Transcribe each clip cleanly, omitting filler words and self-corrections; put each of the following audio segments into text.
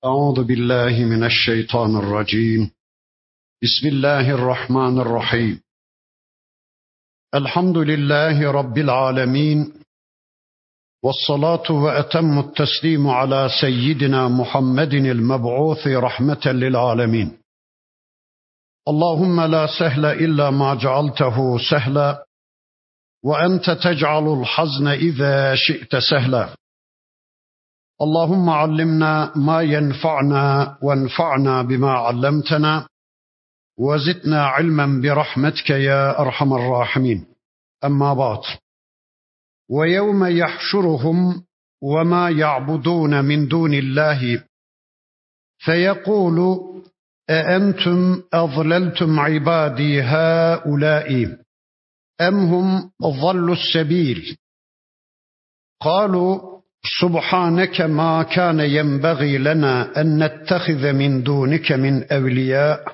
أعوذ بالله من الشيطان الرجيم. بسم الله الرحمن الرحيم. الحمد لله رب العالمين، والصلاة وأتم التسليم على سيدنا محمد المبعوث رحمة للعالمين. اللهم لا سهل إلا ما جعلته سهلا، وأنت تجعل الحزن إذا شئت سهلا. اللهم علمنا ما ينفعنا وانفعنا بما علمتنا، وزدنا علما برحمتك يا أرحم الراحمين. أما بعد، ويوم يحشرهم وما يعبدون من دون الله فيقول أأنتم أضللتم عبادي هؤلاء أم هم ضلوا السبيل؟ قالوا سبحانك ما كان ينبغي لنا أن نتخذ من دونك من أولياء،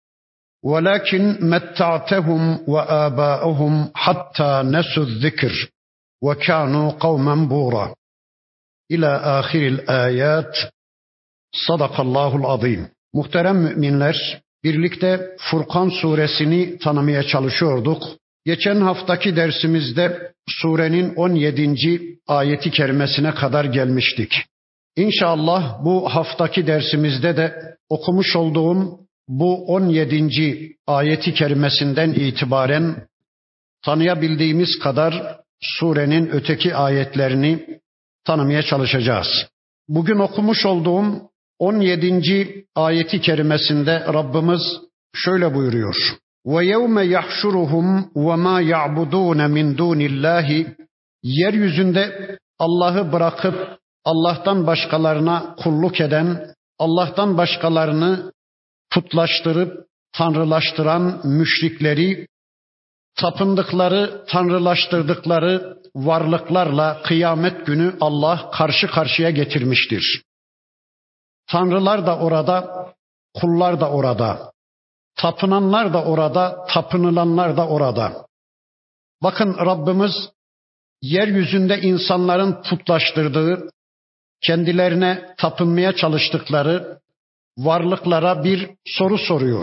ولكن متعتهم وآباءهم حتى نسوا الذكر وكانوا قوما بورا. إلى آخر الآيات. Sadakallahul azim. Muhterem müminler, birlikte Furkan suresini tanımaya çalışıyorduk. Geçen haftaki dersimizde surenin 17. ayeti kerimesine kadar gelmiştik. İnşallah bu haftaki dersimizde de okumuş olduğum bu 17. ayeti kerimesinden itibaren tanıyabildiğimiz kadar surenin öteki ayetlerini tanımaya çalışacağız. Bugün okumuş olduğum 17. ayeti kerimesinde Rabbimiz şöyle buyuruyor. وَيَوْمَ يَحْشُرُهُمْ وَمَا يَعْبُدُونَ مِنْ دُونِ اللّٰهِ Yeryüzünde Allah'ı bırakıp Allah'tan başkalarına kulluk eden, Allah'tan başkalarını putlaştırıp tanrılaştıran müşrikleri, tapındıkları, tanrılaştırdıkları varlıklarla kıyamet günü Allah karşı karşıya getirmiştir. Tanrılar da orada, kullar da orada. Tapınanlar da orada, tapınılanlar da orada. Bakın Rabbimiz yeryüzünde insanların putlaştırdığı, kendilerine tapınmaya çalıştıkları varlıklara bir soru soruyor.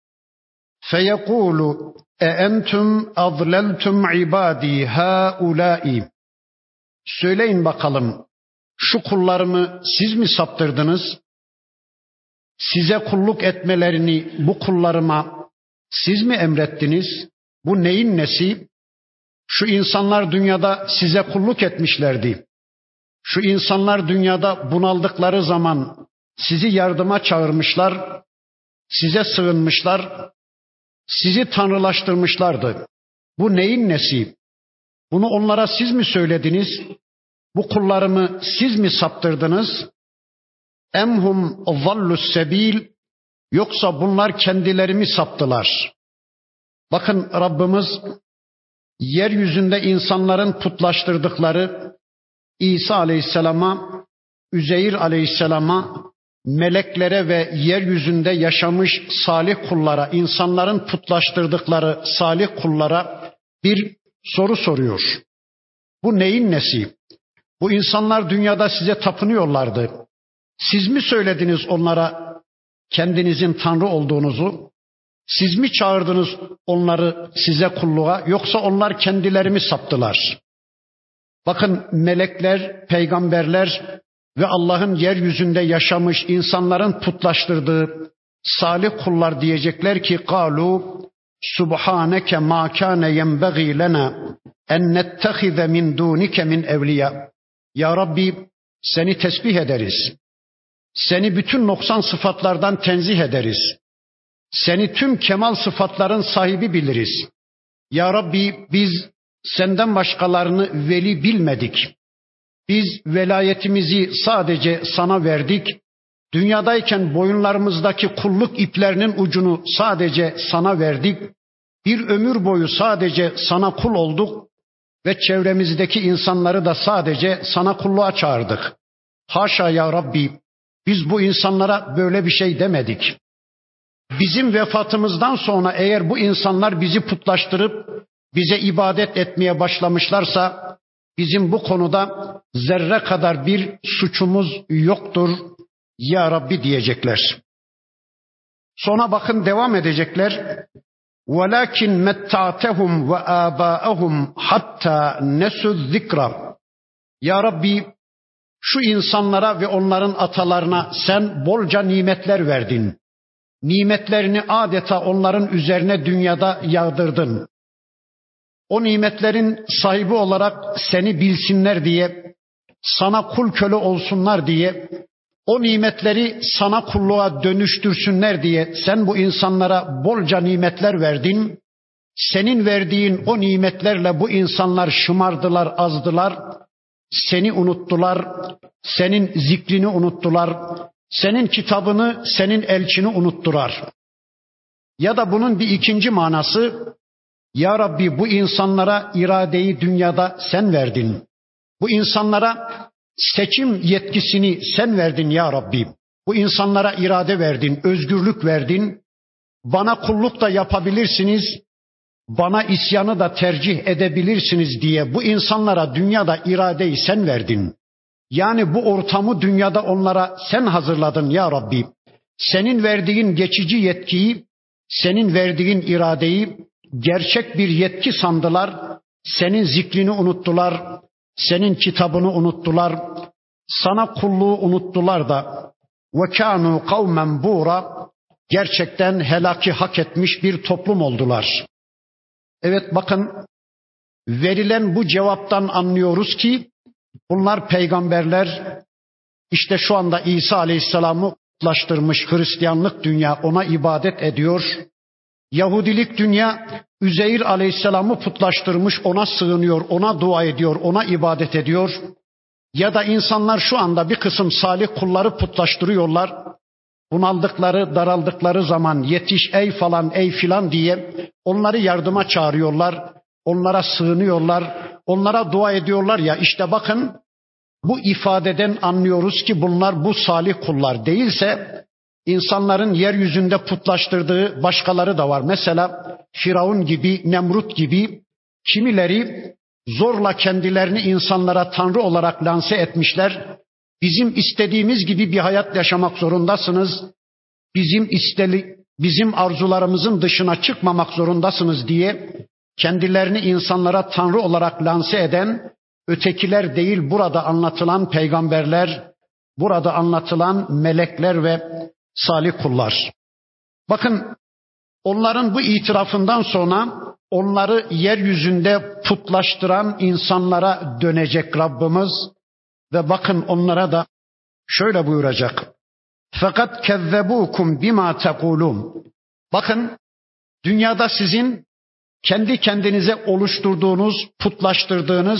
فَيَقُولُ اَاَنْتُمْ اَضْلَلْتُمْ عِبَادِي هَاُولَٰئِ Söyleyin bakalım, şu kullarımı siz mi saptırdınız? Size kulluk etmelerini bu kullarıma siz mi emrettiniz? Bu neyin nesi? Şu insanlar dünyada size kulluk etmişlerdi. Şu insanlar dünyada bunaldıkları zaman sizi yardıma çağırmışlar, size sığınmışlar, sizi tanrılaştırmışlardı. Bu neyin nesi? Bunu onlara siz mi söylediniz? Bu kullarımı siz mi saptırdınız? Emhum zallus sebil, yoksa bunlar kendileri mi saptılar? Bakın Rabbimiz yeryüzünde insanların putlaştırdıkları İsa Aleyhisselam'a, Üzeyir Aleyhisselam'a, meleklere ve yeryüzünde yaşamış salih kullara, insanların putlaştırdıkları salih kullara bir soru soruyor. Bu neyin nesi? Bu insanlar dünyada size tapınıyorlardı. Siz mi söylediniz onlara kendinizin Tanrı olduğunuzu? Siz mi çağırdınız onları size kulluğa, yoksa onlar kendileri mi saptılar? Bakın melekler, peygamberler ve Allah'ın yeryüzünde yaşamış insanların putlaştırdığı salih kullar diyecekler ki قَالُوا سُبْحَانَكَ مَا كَانَ يَنْبَغِي لَنَا اَنْ نَتَّخِذَ مِنْ دُونِكَ مِنْ اَوْلِيَا Ya Rabbi, seni tesbih ederiz. Seni bütün noksan sıfatlardan tenzih ederiz. Seni tüm kemal sıfatların sahibi biliriz. Ya Rabbi, biz senden başkalarını veli bilmedik. Biz velayetimizi sadece sana verdik. Dünyadayken boyunlarımızdaki kulluk iplerinin ucunu sadece sana verdik. Bir ömür boyu sadece sana kul olduk ve çevremizdeki insanları da sadece sana kulluğa çağırdık. Haşa ya Rabbi, biz bu insanlara böyle bir şey demedik. Bizim vefatımızdan sonra eğer bu insanlar bizi putlaştırıp bize ibadet etmeye başlamışlarsa bizim bu konuda zerre kadar bir suçumuz yoktur. Ya Rabbi diyecekler. Sonra bakın devam edecekler. وَلَكِنْ مَتَّعْتَهُمْ وَآبَاءَهُمْ حَتَّى نَسُوا الذِّكْرَ. Ya Rabbi, şu insanlara ve onların atalarına sen bolca nimetler verdin. Nimetlerini adeta onların üzerine dünyada yağdırdın. O nimetlerin sahibi olarak seni bilsinler diye, sana kul köle olsunlar diye, o nimetleri sana kulluğa dönüştürsünler diye sen bu insanlara bolca nimetler verdin. Senin verdiğin o nimetlerle bu insanlar şımardılar, azdılar. Seni unuttular, senin zikrini unuttular, senin kitabını, senin elçini unuttular. Ya da bunun bir ikinci manası, Ya Rabbi bu insanlara iradeyi dünyada sen verdin. Bu insanlara seçim yetkisini sen verdin ya Rabbi. Bu insanlara irade verdin, özgürlük verdin. Bana kulluk da yapabilirsiniz, bana isyanı da tercih edebilirsiniz diye bu insanlara dünyada iradeyi sen verdin. Yani bu ortamı dünyada onlara sen hazırladın ya Rabbi. Senin verdiğin geçici yetkiyi, senin verdiğin iradeyi gerçek bir yetki sandılar. Senin zikrini unuttular, senin kitabını unuttular, sana kulluğu unuttular da وَكَانُوا قَوْمًا بُورًا, gerçekten helaki hak etmiş bir toplum oldular. Evet bakın, verilen bu cevaptan anlıyoruz ki bunlar peygamberler, işte şu anda İsa Aleyhisselam'ı kutlaştırmış Hristiyanlık dünya ona ibadet ediyor. Yahudilik dünya Üzeyr Aleyhisselam'ı putlaştırmış, ona sığınıyor, ona dua ediyor, ona ibadet ediyor. Ya da insanlar şu anda bir kısım salih kulları putlaştırıyorlar. Bunaldıkları, daraldıkları zaman yetiş ey falan ey filan diye onları yardıma çağırıyorlar. Onlara sığınıyorlar, onlara dua ediyorlar ya, işte bakın bu ifadeden anlıyoruz ki bunlar bu salih kullar değilse insanların yeryüzünde putlaştırdığı başkaları da var. Mesela Firavun gibi, Nemrut gibi kimileri zorla kendilerini insanlara tanrı olarak lanse etmişler. Bizim istediğimiz gibi bir hayat yaşamak zorundasınız. Bizim arzularımızın dışına çıkmamak zorundasınız diye kendilerini insanlara tanrı olarak lanse eden ötekiler değil, burada anlatılan peygamberler, burada anlatılan melekler ve salih kullar. Bakın onların bu itirafından sonra onları yeryüzünde putlaştıran insanlara dönecek Rabbimiz ve bakın onlara da şöyle buyuracak. Fakat kezzebukum bima tekulun. Bakın dünyada sizin kendi kendinize oluşturduğunuz, putlaştırdığınız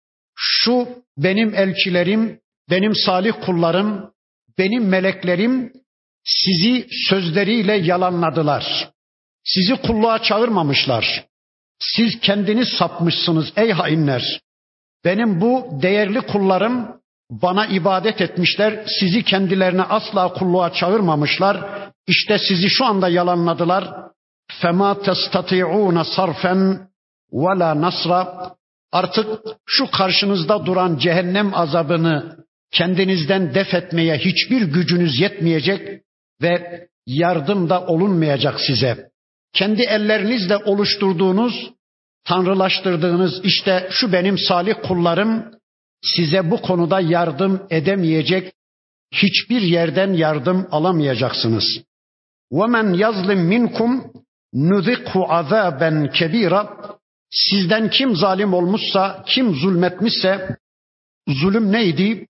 şu benim elçilerim, benim salih kullarım, benim meleklerim sizi sözleriyle yalanladılar. Sizi kulluğa çağırmamışlar. Siz kendiniz sapmışsınız ey hainler. Benim bu değerli kullarım bana ibadet etmişler. Sizi kendilerine asla kulluğa çağırmamışlar. İşte sizi şu anda yalanladılar. فَمَا تَسْتَطِعُونَ صَرْفًا وَلَا نَصْرًا. Artık şu karşınızda duran cehennem azabını kendinizden def etmeye hiçbir gücünüz yetmeyecek ve yardım da olunmayacak size. Kendi ellerinizle oluşturduğunuz, tanrılaştırdığınız işte şu benim salih kullarım size bu konuda yardım edemeyecek, hiçbir yerden yardım alamayacaksınız. وَمَنْ يَظْلِمْ مِنْكُمْ نُذِقْهُ عَذَابًا كَبِيرًا. Sizden kim zalim olmuşsa, kim zulmetmişse, zulüm neydi?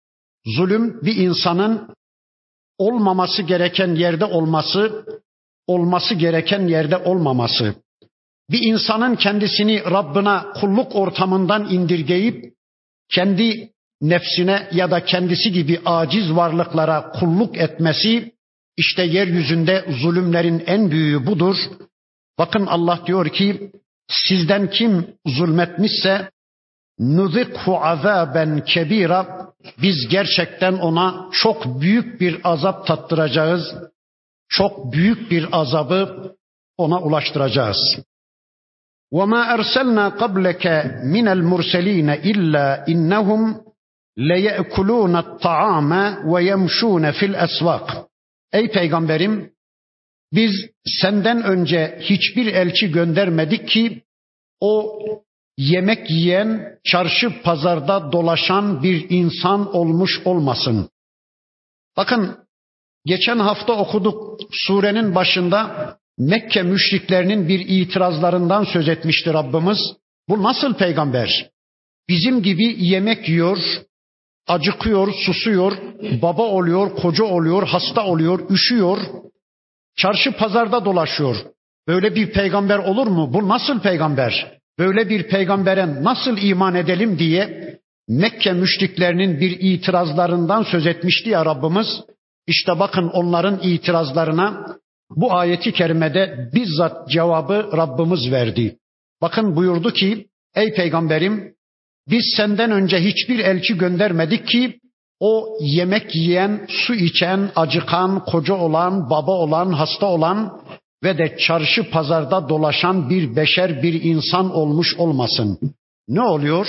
Zulüm bir insanın olmaması gereken yerde olması, olması gereken yerde olmaması. Bir insanın kendisini Rabbine kulluk ortamından indirgeyip kendi nefsine ya da kendisi gibi aciz varlıklara kulluk etmesi, işte yeryüzünde zulümlerin en büyüğü budur. Bakın Allah diyor ki sizden kim zulmetmişse nuzikhu azaben kebira, biz gerçekten ona çok büyük bir azap tattıracağız. Çok büyük bir azabı ona ulaştıracağız. وَمَا أَرْسَلْنَا قَبْلَكَ مِنَ الْمُرْسَلِينَ إِلَّا إِنَّهُمْ لَيَأْكُلُونَ الطَّعَامَ وَيَمْشُونَ فِي الْأَسْوَاقِ. Ey Peygamberim, biz senden önce hiçbir elçi göndermedik ki o yemek yiyen, çarşı pazarda dolaşan bir insan olmuş olmasın. Bakın, geçen hafta okuduk, surenin başında Mekke müşriklerinin bir itirazlarından söz etmişti Rabbimiz. Bu nasıl peygamber? Bizim gibi yemek yiyor, acıkıyor, susuyor, baba oluyor, koca oluyor, hasta oluyor, üşüyor, çarşı pazarda dolaşıyor. Böyle bir peygamber olur mu? Bu nasıl peygamber? Böyle bir peygambere nasıl iman edelim diye Mekke müşriklerinin bir itirazlarından söz etmişti ya Rabbimiz. İşte bakın onların itirazlarına bu ayeti kerimede bizzat cevabı Rabbimiz verdi. Bakın buyurdu ki, ey Peygamberim, biz senden önce hiçbir elçi göndermedik ki o yemek yiyen, su içen, acıkan, koca olan, baba olan, hasta olan ve de çarşı pazarda dolaşan bir beşer, bir insan olmuş olmasın. Ne oluyor?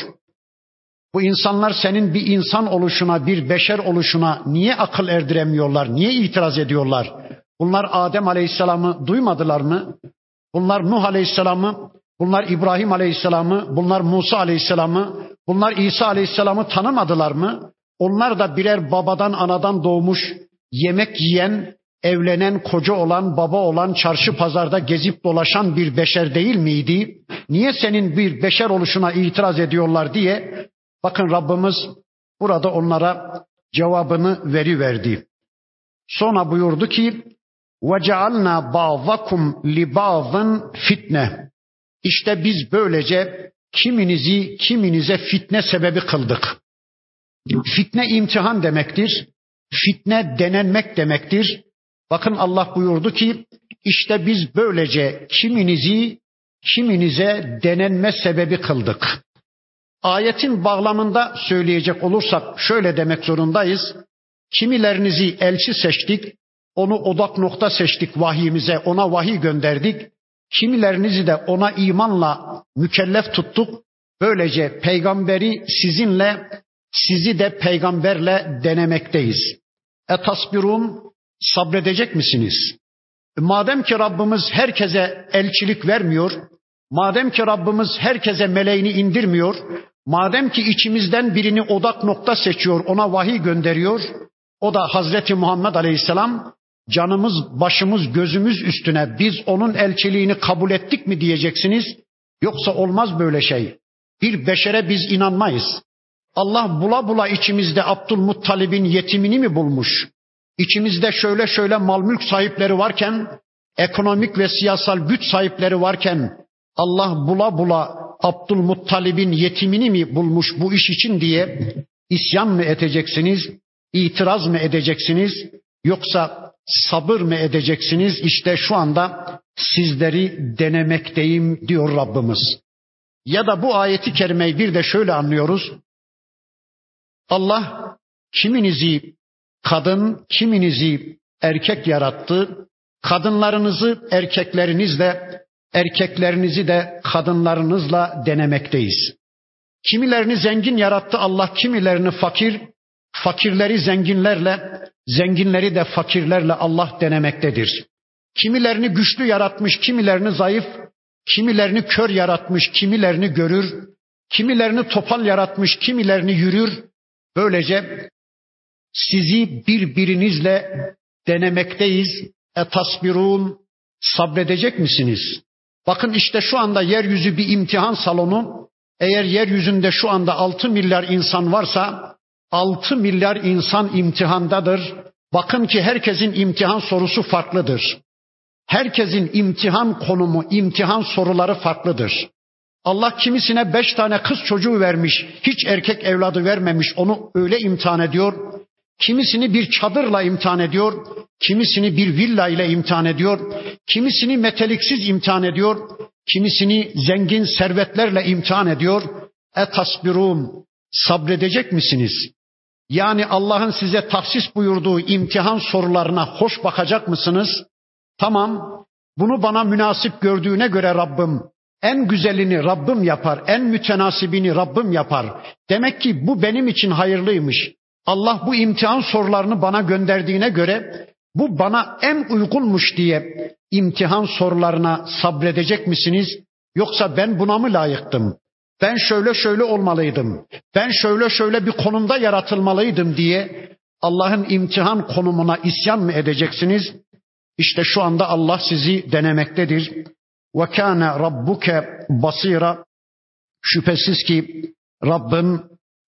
Bu insanlar senin bir insan oluşuna, bir beşer oluşuna niye akıl erdiremiyorlar, niye itiraz ediyorlar? Bunlar Adem Aleyhisselam'ı duymadılar mı? Bunlar Nuh Aleyhisselam'ı, bunlar İbrahim Aleyhisselam'ı, bunlar Musa Aleyhisselam'ı, bunlar İsa Aleyhisselam'ı tanımadılar mı? Onlar da birer babadan anadan doğmuş, yemek yiyen, evlenen, koca olan, baba olan, çarşı pazarda gezip dolaşan bir beşer değil miydi? Niye senin bir beşer oluşuna itiraz ediyorlar diye, bakın Rabbimiz burada onlara cevabını veriverdi. Sonra buyurdu ki, وَجَعَلْنَا بَعْضَكُمْ لِبَعْضٍ fitne. İşte biz böylece kiminizi kiminize fitne sebebi kıldık. Fitne imtihan demektir. Fitne denenmek demektir. Bakın Allah buyurdu ki, işte biz böylece kiminizi kiminize denenme sebebi kıldık. Ayetin bağlamında söyleyecek olursak şöyle demek zorundayız. Kimilerinizi elçi seçtik, onu odak nokta seçtik vahyimize, ona vahiy gönderdik. Kimilerinizi de ona imanla mükellef tuttuk. Böylece peygamberi sizinle, sizi de peygamberle denemekteyiz. Etasbirun, sabredecek misiniz? Madem ki Rabbimiz herkese elçilik vermiyor, madem ki Rabbimiz herkese meleğini indirmiyor, madem ki içimizden birini odak nokta seçiyor, ona vahiy gönderiyor, o da Hazreti Muhammed Aleyhisselam, canımız, başımız, gözümüz üstüne biz onun elçiliğini kabul ettik mi diyeceksiniz? Yoksa olmaz böyle şey. Bir beşere biz inanmayız. Allah bula bula içimizde Abdülmuttalib'in yetimini mi bulmuş? İçimizde şöyle mal mülk sahipleri varken, ekonomik ve siyasal güç sahipleri varken, Allah bula bula Abdülmuttalib'in yetimini mi bulmuş bu iş için diye isyan mı edeceksiniz, itiraz mı edeceksiniz, yoksa sabır mı edeceksiniz? İşte şu anda sizleri denemekteyim diyor Rabbimiz. Ya da bu ayeti kerimeyi bir de şöyle anlıyoruz. Allah kiminizi kadın, kiminizi erkek yarattı. Kadınlarınızı erkeklerinizle, erkeklerinizi de kadınlarınızla denemekteyiz. Kimilerini zengin yarattı Allah, kimilerini fakir, fakirleri zenginlerle, zenginleri de fakirlerle Allah denemektedir. Kimilerini güçlü yaratmış, kimilerini zayıf, kimilerini kör yaratmış, kimilerini görür, kimilerini topal yaratmış, kimilerini yürür. Böylece sizi birbirinizle denemekteyiz. Etasbirun, sabredecek misiniz? Bakın işte şu anda yeryüzü bir imtihan salonu. Eğer yeryüzünde şu anda 6 milyar insan varsa 6 milyar insan imtihandadır. Bakın ki herkesin imtihan sorusu farklıdır. Herkesin imtihan konumu, imtihan soruları farklıdır. Allah kimisine 5 tane kız çocuğu vermiş, hiç erkek evladı vermemiş, onu öyle imtihan ediyor. Kimisini bir çadırla imtihan ediyor, kimisini bir villa ile imtihan ediyor, kimisini meteliksiz imtihan ediyor, kimisini zengin servetlerle imtihan ediyor. Etasbirun, sabredecek misiniz? Yani Allah'ın size tahsis buyurduğu imtihan sorularına hoş bakacak mısınız? Tamam, bunu bana münasip gördüğüne göre Rabbim En güzelini Rabbim yapar, en mütenasibini Rabbim yapar. Demek ki bu benim için hayırlıymış. Allah bu imtihan sorularını bana gönderdiğine göre bu bana en uygunmuş diye imtihan sorularına sabredecek misiniz? Yoksa ben buna mı layıktım? Ben şöyle şöyle olmalıydım. Ben şöyle şöyle bir konumda yaratılmalıydım diye Allah'ın imtihan konumuna isyan mı edeceksiniz? İşte şu anda Allah sizi denemektedir. وَكَانَ رَبُّكَ basira. Şüphesiz ki Rabbin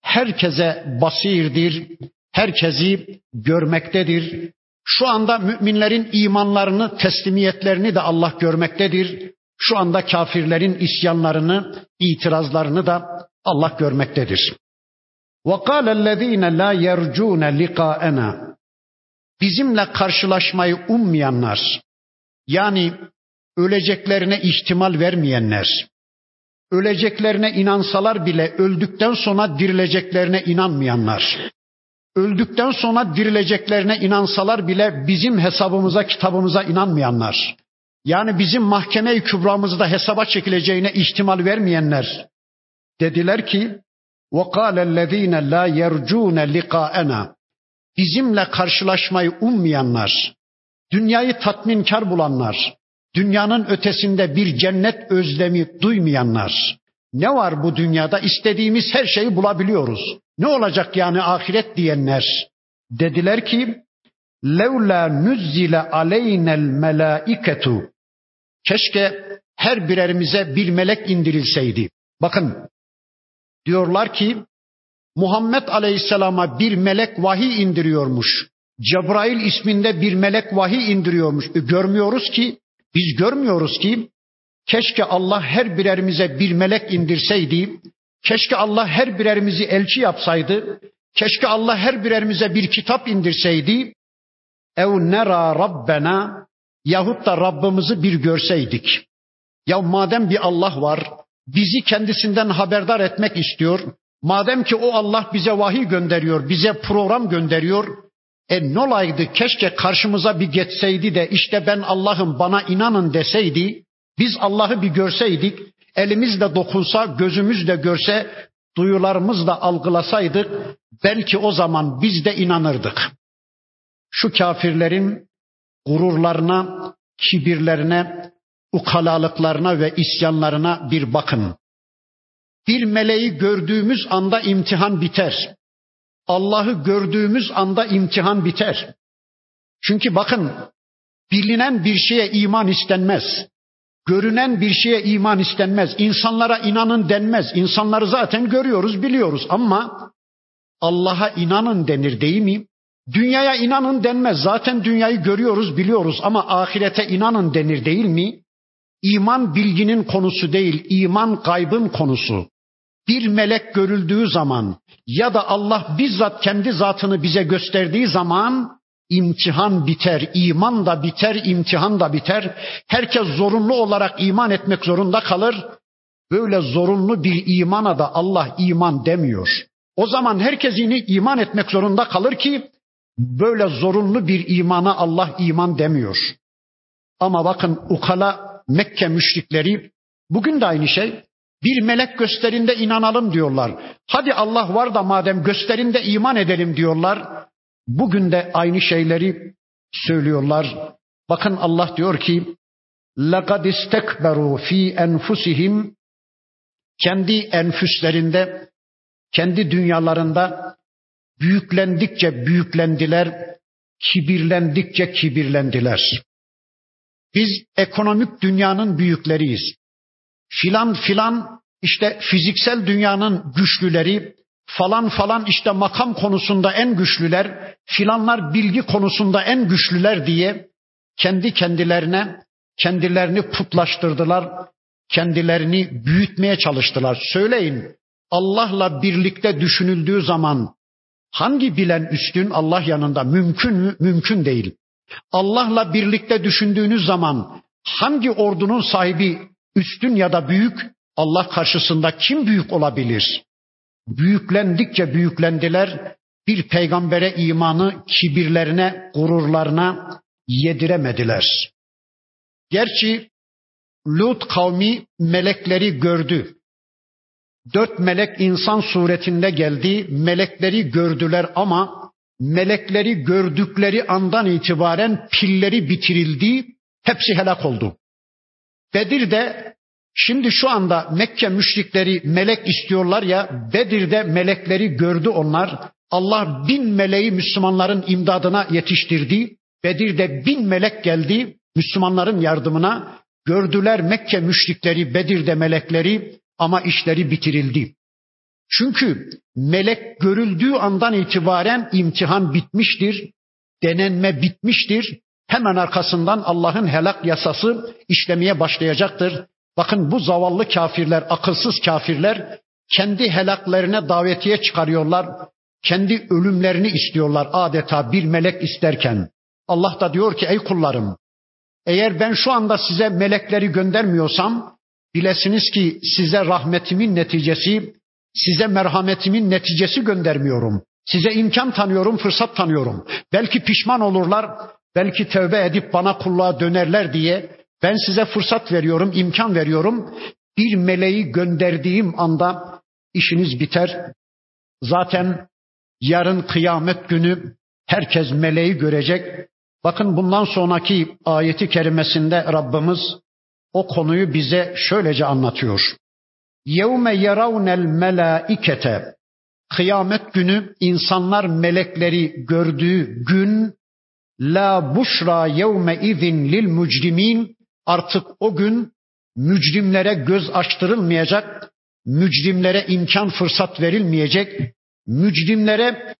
herkese basirdir, herkesi görmektedir. Şu anda müminlerin imanlarını, teslimiyetlerini de Allah görmektedir. Şu anda kafirlerin isyanlarını, itirazlarını da Allah görmektedir. وَقَالَ الَّذ۪ينَ لَا يَرْجُونَ لِقَاءَنَا. Bizimle karşılaşmayı ummayanlar, yani öleceklerine ihtimal vermeyenler, öleceklerine inansalar bile öldükten sonra dirileceklerine inanmayanlar, öldükten sonra dirileceklerine inansalar bile bizim hesabımıza, kitabımıza inanmayanlar, yani bizim mahkeme-i kübramızda hesaba çekileceğine ihtimal vermeyenler dediler ki وَقَالَ الَّذ۪ينَ لَا يَرْجُونَ لِقَاءَنَا. Bizimle karşılaşmayı ummayanlar, dünyayı tatminkar bulanlar, dünyanın ötesinde bir cennet özlemi duymayanlar. Ne var bu dünyada? İstediğimiz her şeyi bulabiliyoruz. Ne olacak yani ahiret diyenler dediler ki لَوْلَا نُزِّلَ عَلَيْنَا الْمَلَائِكَةُ. Keşke her birerimize bir melek indirilseydi. Bakın diyorlar ki Muhammed Aleyhisselam'a bir melek vahiy indiriyormuş. Cebrail isminde bir melek vahiy indiriyormuş. Görmüyoruz ki, biz görmüyoruz ki. Keşke Allah her birerimize bir melek indirseydi. Keşke Allah her birerimizi elçi yapsaydı. Keşke Allah her birerimize bir kitap indirseydi. Ev nera rabbena, yahut da Rabbimizi bir görseydik. Ya madem bir Allah var, bizi kendisinden haberdar etmek istiyor. Madem ki o Allah bize vahiy gönderiyor, bize program gönderiyor. Ne olaydı, keşke karşımıza bir geçseydi de işte ben Allah'ım bana inanın deseydi. Biz Allah'ı bir görseydik, elimizle dokunsa, gözümüzle görse, duyularımızla algılasaydık, belki o zaman biz de inanırdık. Şu kafirlerin gururlarına, kibirlerine, ukalalıklarına ve isyanlarına bir bakın. Bir meleği gördüğümüz anda imtihan biter. Allah'ı gördüğümüz anda imtihan biter. Çünkü bakın, bilinen bir şeye iman istenmez. Görünen bir şeye iman istenmez. İnsanlara inanın denmez. İnsanları zaten görüyoruz, biliyoruz ama Allah'a inanın denir değil mi? Dünyaya inanın denmez. Zaten dünyayı görüyoruz, biliyoruz ama ahirete inanın denir değil mi? İman bilginin konusu değil, iman gaybın konusu. Bir melek görüldüğü zaman ya da Allah bizzat kendi zatını bize gösterdiği zaman imtihan biter, iman da biter, imtihan da biter. Herkes zorunlu olarak iman etmek zorunda kalır. Böyle zorunlu bir imana da Allah iman demiyor. O zaman herkes iman etmek zorunda kalır ki böyle zorunlu bir imana Allah iman demiyor. Ama bakın ukala Mekke müşrikleri bugün de aynı şey. Bir melek gösterinde inanalım diyorlar. Hadi Allah var da madem gösterinde iman edelim diyorlar. Bugün de aynı şeyleri söylüyorlar. Bakın Allah diyor ki لَقَدْ اسْتَكْبَرُوا ف۪ي أَنْفُسِهِمْ. Kendi enfüslerinde, kendi dünyalarında büyüklendikçe büyüklendiler, kibirlendikçe kibirlendiler. Biz ekonomik dünyanın büyükleriyiz. Filan işte fiziksel dünyanın güçlüleri, falan işte makam konusunda en güçlüler, filanlar bilgi konusunda en güçlüler diye kendi kendilerini putlaştırdılar, kendilerini büyütmeye çalıştılar. Söyleyin, Allah'la birlikte düşünüldüğü zaman hangi bilen üstün Allah yanında? Mümkün mü? Mümkün değil. Allah'la birlikte düşündüğünüz zaman hangi ordunun sahibi üstün ya da büyük? Allah karşısında kim büyük olabilir? Büyüklendikçe büyüklendiler. Bir peygambere imanı kibirlerine, gururlarına yediremediler. Gerçi Lut kavmi melekleri gördü. 4 melek insan suretinde geldi. Melekleri gördüler ama melekleri gördükleri andan itibaren pilleri bitirildi. Hepsi helak oldu. Bedir'de şimdi şu anda Mekke müşrikleri melek istiyorlar ya, Bedir'de melekleri gördü onlar. Allah 1000 meleği Müslümanların imdadına yetiştirdi. Bedir'de 1000 melek geldi Müslümanların yardımına. Gördüler Mekke müşrikleri Bedir'de melekleri ama işleri bitirildi. Çünkü melek görüldüğü andan itibaren imtihan bitmiştir, denenme bitmiştir. Hemen arkasından Allah'ın helak yasası işlemeye başlayacaktır. Bakın bu zavallı kafirler, akılsız kafirler kendi helaklerine davetiye çıkarıyorlar. Kendi ölümlerini istiyorlar adeta bir melek isterken. Allah da diyor ki ey kullarım, eğer ben şu anda size melekleri göndermiyorsam bilesiniz ki size rahmetimin neticesi, size merhametimin neticesi göndermiyorum. Size imkan tanıyorum, fırsat tanıyorum. Belki pişman olurlar, belki tövbe edip bana kulluğa dönerler diye ben size fırsat veriyorum, imkan veriyorum. Bir meleği gönderdiğim anda işiniz biter. Zaten yarın kıyamet günü herkes meleği görecek. Bakın bundan sonraki ayeti kerimesinde Rabbimiz o konuyu bize şöylece anlatıyor. يَوْمَ يَرَوْنَ الْمَلَائِكَةَ Kıyamet günü insanlar melekleri gördüğü gün la buşra yevme izin lil mücrimin, artık o gün mücrimlere göz açtırılmayacak, mücrimlere imkan fırsat verilmeyecek, mücrimlere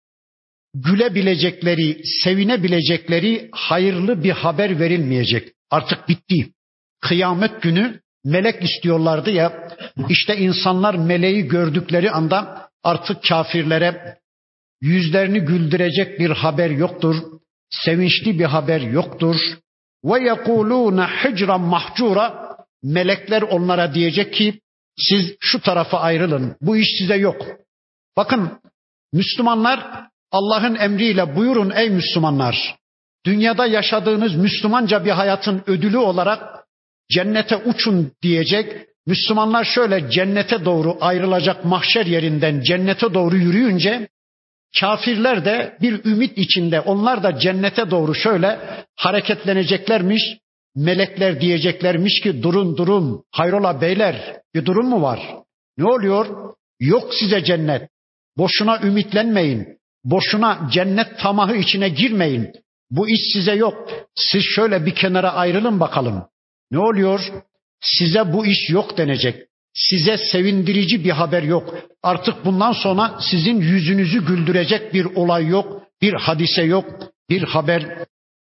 gülebilecekleri, sevinebilecekleri hayırlı bir haber verilmeyecek. Artık bitti. Kıyamet günü melek istiyorlardı ya, işte insanlar meleği gördükleri anda artık kafirlere yüzlerini güldürecek bir haber yoktur. Sevinçli bir haber yoktur. Ve yekulûne hicran mahcura, melekler onlara diyecek ki siz şu tarafa ayrılın. Bu iş size yok. Bakın Müslümanlar Allah'ın emriyle buyurun ey Müslümanlar. Dünyada yaşadığınız Müslümanca bir hayatın ödülü olarak cennete uçun diyecek. Müslümanlar şöyle cennete doğru ayrılacak mahşer yerinden cennete doğru yürüyünce kafirler de bir ümit içinde onlar da cennete doğru şöyle hareketleneceklermiş. Melekler diyeceklermiş ki durun hayrola beyler, bir durum mu var? Ne oluyor? Yok size cennet. Boşuna ümitlenmeyin. Boşuna cennet tamahı içine girmeyin. Bu iş size yok. Siz şöyle bir kenara ayrılın bakalım. Ne oluyor? Size bu iş yok denecek. Size sevindirici bir haber yok. Artık bundan sonra sizin yüzünüzü güldürecek bir olay yok, bir hadise yok, bir haber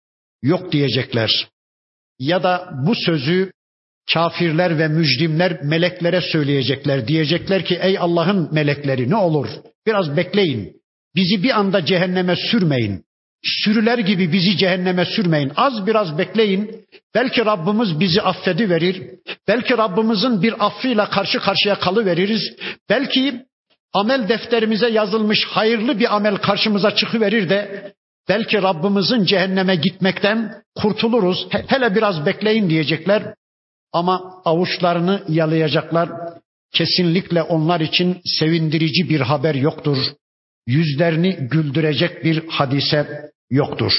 yok diyecekler. Ya da bu sözü kafirler ve mücrimler meleklere söyleyecekler. Diyecekler ki ey Allah'ın melekleri ne olur biraz bekleyin. Bizi bir anda cehenneme sürmeyin. Sürüler gibi bizi cehenneme sürmeyin. Az biraz bekleyin. Belki Rabbimiz bizi affediverir. Belki Rabbimizin bir affıyla karşı karşıya kalıveririz. Belki amel defterimize yazılmış hayırlı bir amel karşımıza çıkıverir de belki Rabbimizin cehenneme gitmekten kurtuluruz. Hele biraz bekleyin diyecekler. Ama avuçlarını yalayacaklar. Kesinlikle onlar için sevindirici bir haber yoktur. Yüzlerini güldürecek bir hadise yoktur.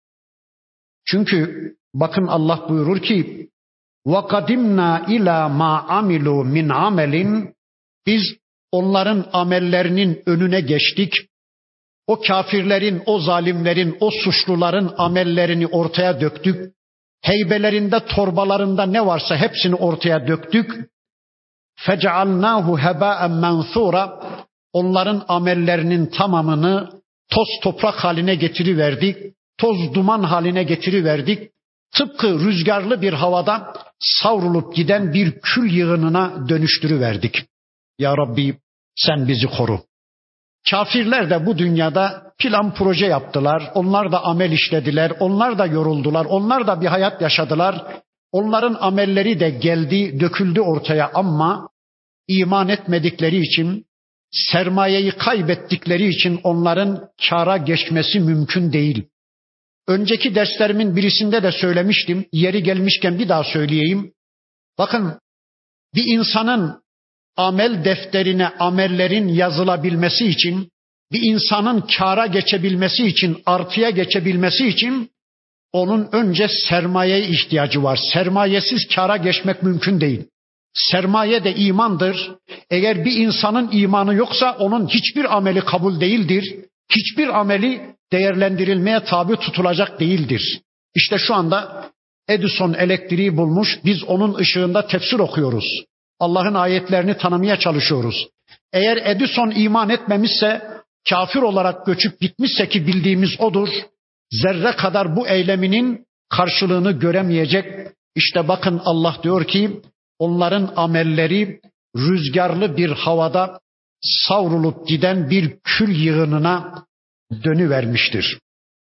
Çünkü bakın Allah buyurur ki وَقَدِمْنَا اِلَى مَا عَمِلُوا مِنْ عَمَلٍ Biz onların amellerinin önüne geçtik. O kafirlerin, o zalimlerin, o suçluların amellerini ortaya döktük. Heybelerinde, torbalarında ne varsa hepsini ortaya döktük. فَجَعَلْنَاهُ هَبَاءً مَنْثُورًا Onların amellerinin tamamını toz toprak haline getiriverdik. Toz duman haline getiriverdik. Tıpkı rüzgarlı bir havada savrulup giden bir kül yığınına dönüştürüverdik. Ya Rabbi sen bizi koru. Kafirler de bu dünyada plan proje yaptılar. Onlar da amel işlediler. Onlar da yoruldular. Onlar da bir hayat yaşadılar. Onların amelleri de geldi, döküldü ortaya ama iman etmedikleri için, sermayeyi kaybettikleri için onların kâra geçmesi mümkün değil. Önceki derslerimin birisinde de söylemiştim. Yeri gelmişken bir daha söyleyeyim. Bakın, bir insanın amel defterine amellerin yazılabilmesi için, bir insanın kâra geçebilmesi için, artıya geçebilmesi için onun önce sermayeye ihtiyacı var. Sermayesiz kâra geçmek mümkün değil. Sermaye de imandır. Eğer bir insanın imanı yoksa onun hiçbir ameli kabul değildir. Hiçbir ameli değerlendirilmeye tabi tutulacak değildir. İşte şu anda Edison elektriği bulmuş. Biz onun ışığında tefsir okuyoruz. Allah'ın ayetlerini tanımaya çalışıyoruz. Eğer Edison iman etmemişse, kafir olarak göçüp gitmişse ki bildiğimiz odur, zerre kadar bu eyleminin karşılığını göremeyecek. İşte bakın Allah diyor ki onların amelleri rüzgarlı bir havada savrulup giden bir kül yığınına dönüvermiştir.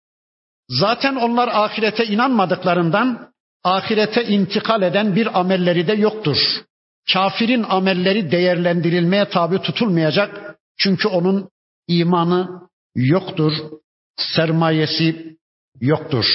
Zaten onlar ahirete inanmadıklarından ahirete intikal eden bir amelleri de yoktur. Kafirin amelleri değerlendirilmeye tabi tutulmayacak. Çünkü onun imanı yoktur, sermayesi yoktur.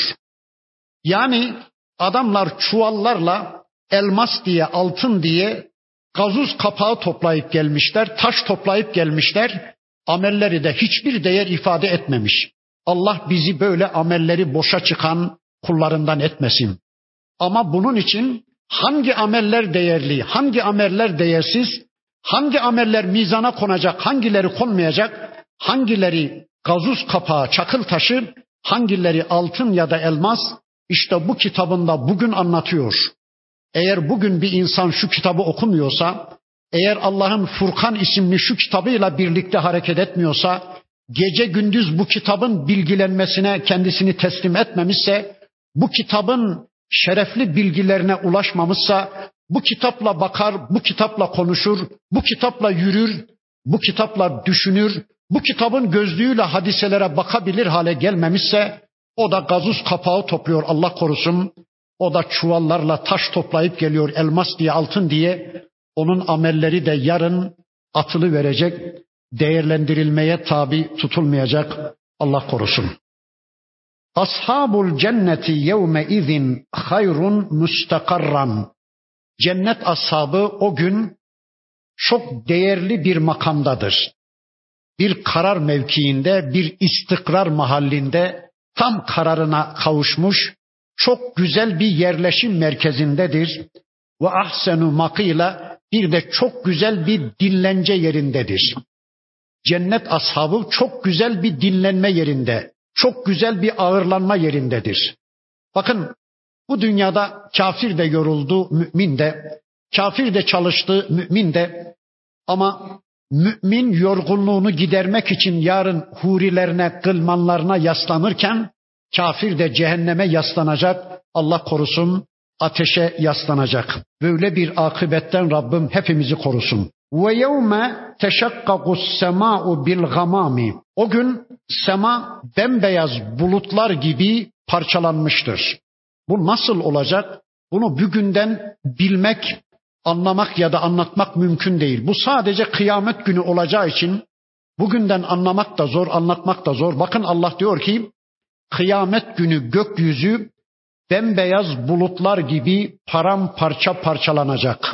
Yani adamlar çuvallarla elmas diye, altın diye gazoz kapağı toplayıp gelmişler, taş toplayıp gelmişler. Amelleri de hiçbir değer ifade etmemiş. Allah bizi böyle amelleri boşa çıkan kullarından etmesin. Ama bunun için hangi ameller değerli, hangi ameller değersiz, hangi ameller mizana konacak, hangileri konmayacak, hangileri gazoz kapağı, çakıl taşı, hangileri altın ya da elmas, işte bu kitabında bugün anlatıyor. Eğer bugün bir insan şu kitabı okumuyorsa, eğer Allah'ın Furkan isimli şu kitabıyla birlikte hareket etmiyorsa, gece gündüz bu kitabın bilgilenmesine kendisini teslim etmemişse, bu kitabın şerefli bilgilerine ulaşmamışsa, bu kitapla bakar, bu kitapla konuşur, bu kitapla yürür, bu kitapla düşünür, bu kitabın gözlüğüyle hadiselere bakabilir hale gelmemişse, o da gazoz kapağı topluyor, Allah korusun. O da çuvallarla taş toplayıp geliyor, elmas diye, altın diye. Onun amelleri de yarın atılı verecek, değerlendirilmeye tabi tutulmayacak, Allah korusun. Ashabul cenneti yevme izin hayrun müstakarran. Cennet ashabı o gün çok değerli bir makamdadır. Bir karar mevkiinde, bir istikrar mahallinde tam kararına kavuşmuş, çok güzel bir yerleşim merkezindedir. Ve ahsenu makıyla bir de çok güzel bir dinlence yerindedir. Cennet ashabı çok güzel bir dinlenme yerinde, çok güzel bir ağırlanma yerindedir. Bakın, bu dünyada kafir de yoruldu, mümin de, kafir de çalıştı, mümin de, ama mümin yorgunluğunu gidermek için yarın hurilerine, gılmanlarına yaslanırken, kafir de cehenneme yaslanacak, Allah korusun, ateşe yaslanacak. Böyle bir akıbetten Rabbim hepimizi korusun. Ve yevme teşakkakus sema'u bil gamami. O gün sema bembeyaz bulutlar gibi parçalanmıştır. Bu nasıl olacak? Bunu bugünden bilmek, anlamak ya da anlatmak mümkün değil. Bu sadece kıyamet günü olacağı için bugünden anlamak da zor, anlatmak da zor. Bakın Allah diyor ki, kıyamet günü gökyüzü bembeyaz bulutlar gibi paramparça parçalanacak.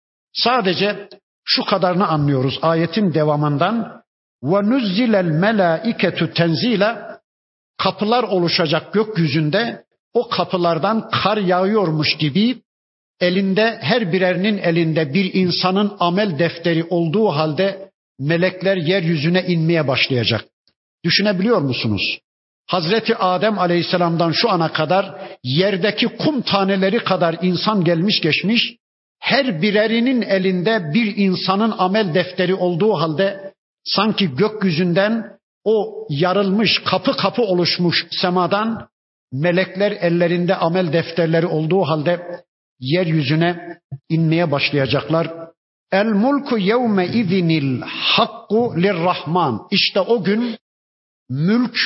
Sadece şu kadarını anlıyoruz ayetin devamından. وَنُزِّلَ الْمَلَائِكَةُ تَنْزِيلًا. Kapılar oluşacak gökyüzünde, o kapılardan kar yağıyormuş gibi elinde, her birerinin elinde bir insanın amel defteri olduğu halde melekler yeryüzüne inmeye başlayacak. Düşünebiliyor musunuz? Hazreti Adem Aleyhisselam'dan şu ana kadar yerdeki kum taneleri kadar insan gelmiş geçmiş, her birerinin elinde bir insanın amel defteri olduğu halde sanki gökyüzünden o yarılmış, kapı kapı oluşmuş semadan melekler ellerinde amel defterleri olduğu halde yeryüzüne inmeye başlayacaklar. El mulku yevme izinil hakku lirrahman. İşte o gün mülk,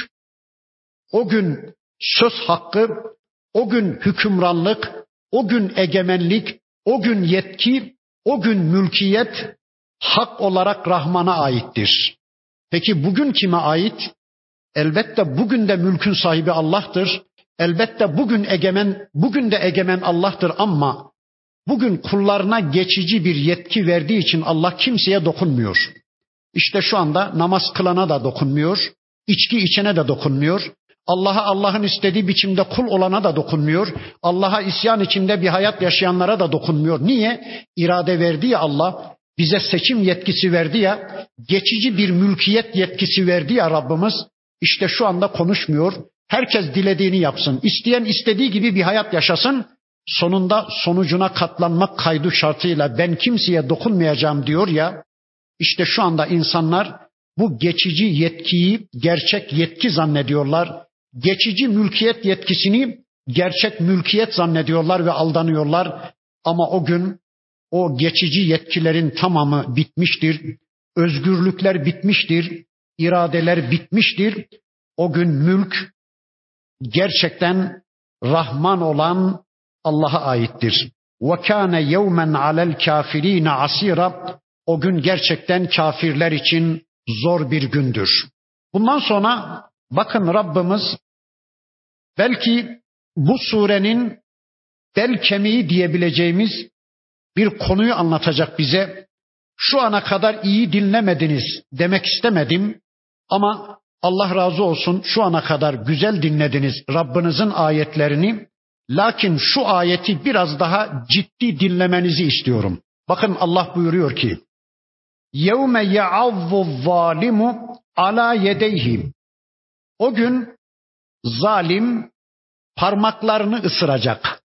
o gün söz hakkı, o gün hükümranlık, o gün egemenlik, o gün yetki, o gün mülkiyet hak olarak Rahman'a aittir. Peki bugün kime ait? Elbette bugün de mülkün sahibi Allah'tır. Elbette bugün de egemen Allah'tır, ama Bugün kullarına geçici bir yetki verdiği için Allah kimseye dokunmuyor. İşte şu anda namaz kılana da dokunmuyor, içki içene de dokunmuyor, Allah'a Allah'ın istediği biçimde kul olana da dokunmuyor, Allah'a isyan içinde bir hayat yaşayanlara da dokunmuyor. Niye? İrade verdi ya Allah, bize seçim yetkisi verdi ya, geçici bir mülkiyet yetkisi verdi ya Rabbimiz, işte şu anda konuşmuyor. Herkes dilediğini yapsın, isteyen istediği gibi bir hayat yaşasın, sonunda sonucuna katlanmak kaydı şartıyla ben kimseye dokunmayacağım diyor ya, işte şu anda insanlar bu geçici yetkiyi gerçek yetki zannediyorlar. Geçici mülkiyet yetkisini gerçek mülkiyet zannediyorlar ve aldanıyorlar. Ama o gün o geçici yetkilerin tamamı bitmiştir. Özgürlükler bitmiştir. İradeler bitmiştir. O gün mülk gerçekten Rahman olan Allah'a aittir. وَكَانَ يَوْمًا عَلَى الْكَافِر۪ينَ عَس۪يرًا. O gün gerçekten kafirler için zor bir gündür. Bundan sonra bakın Rabbimiz belki bu surenin bel kemiği diyebileceğimiz bir konuyu anlatacak bize. Şu ana kadar iyi dinlemediniz demek istemedim ama Allah razı olsun şu ana kadar güzel dinlediniz Rabbinizin ayetlerini. Lakin şu ayeti biraz daha ciddi dinlemenizi istiyorum. Bakın Allah buyuruyor ki يَوْمَ يَعَظُّ الظَّالِمُ عَلَى يَدَيْهِ. O gün zalim parmaklarını ısıracak.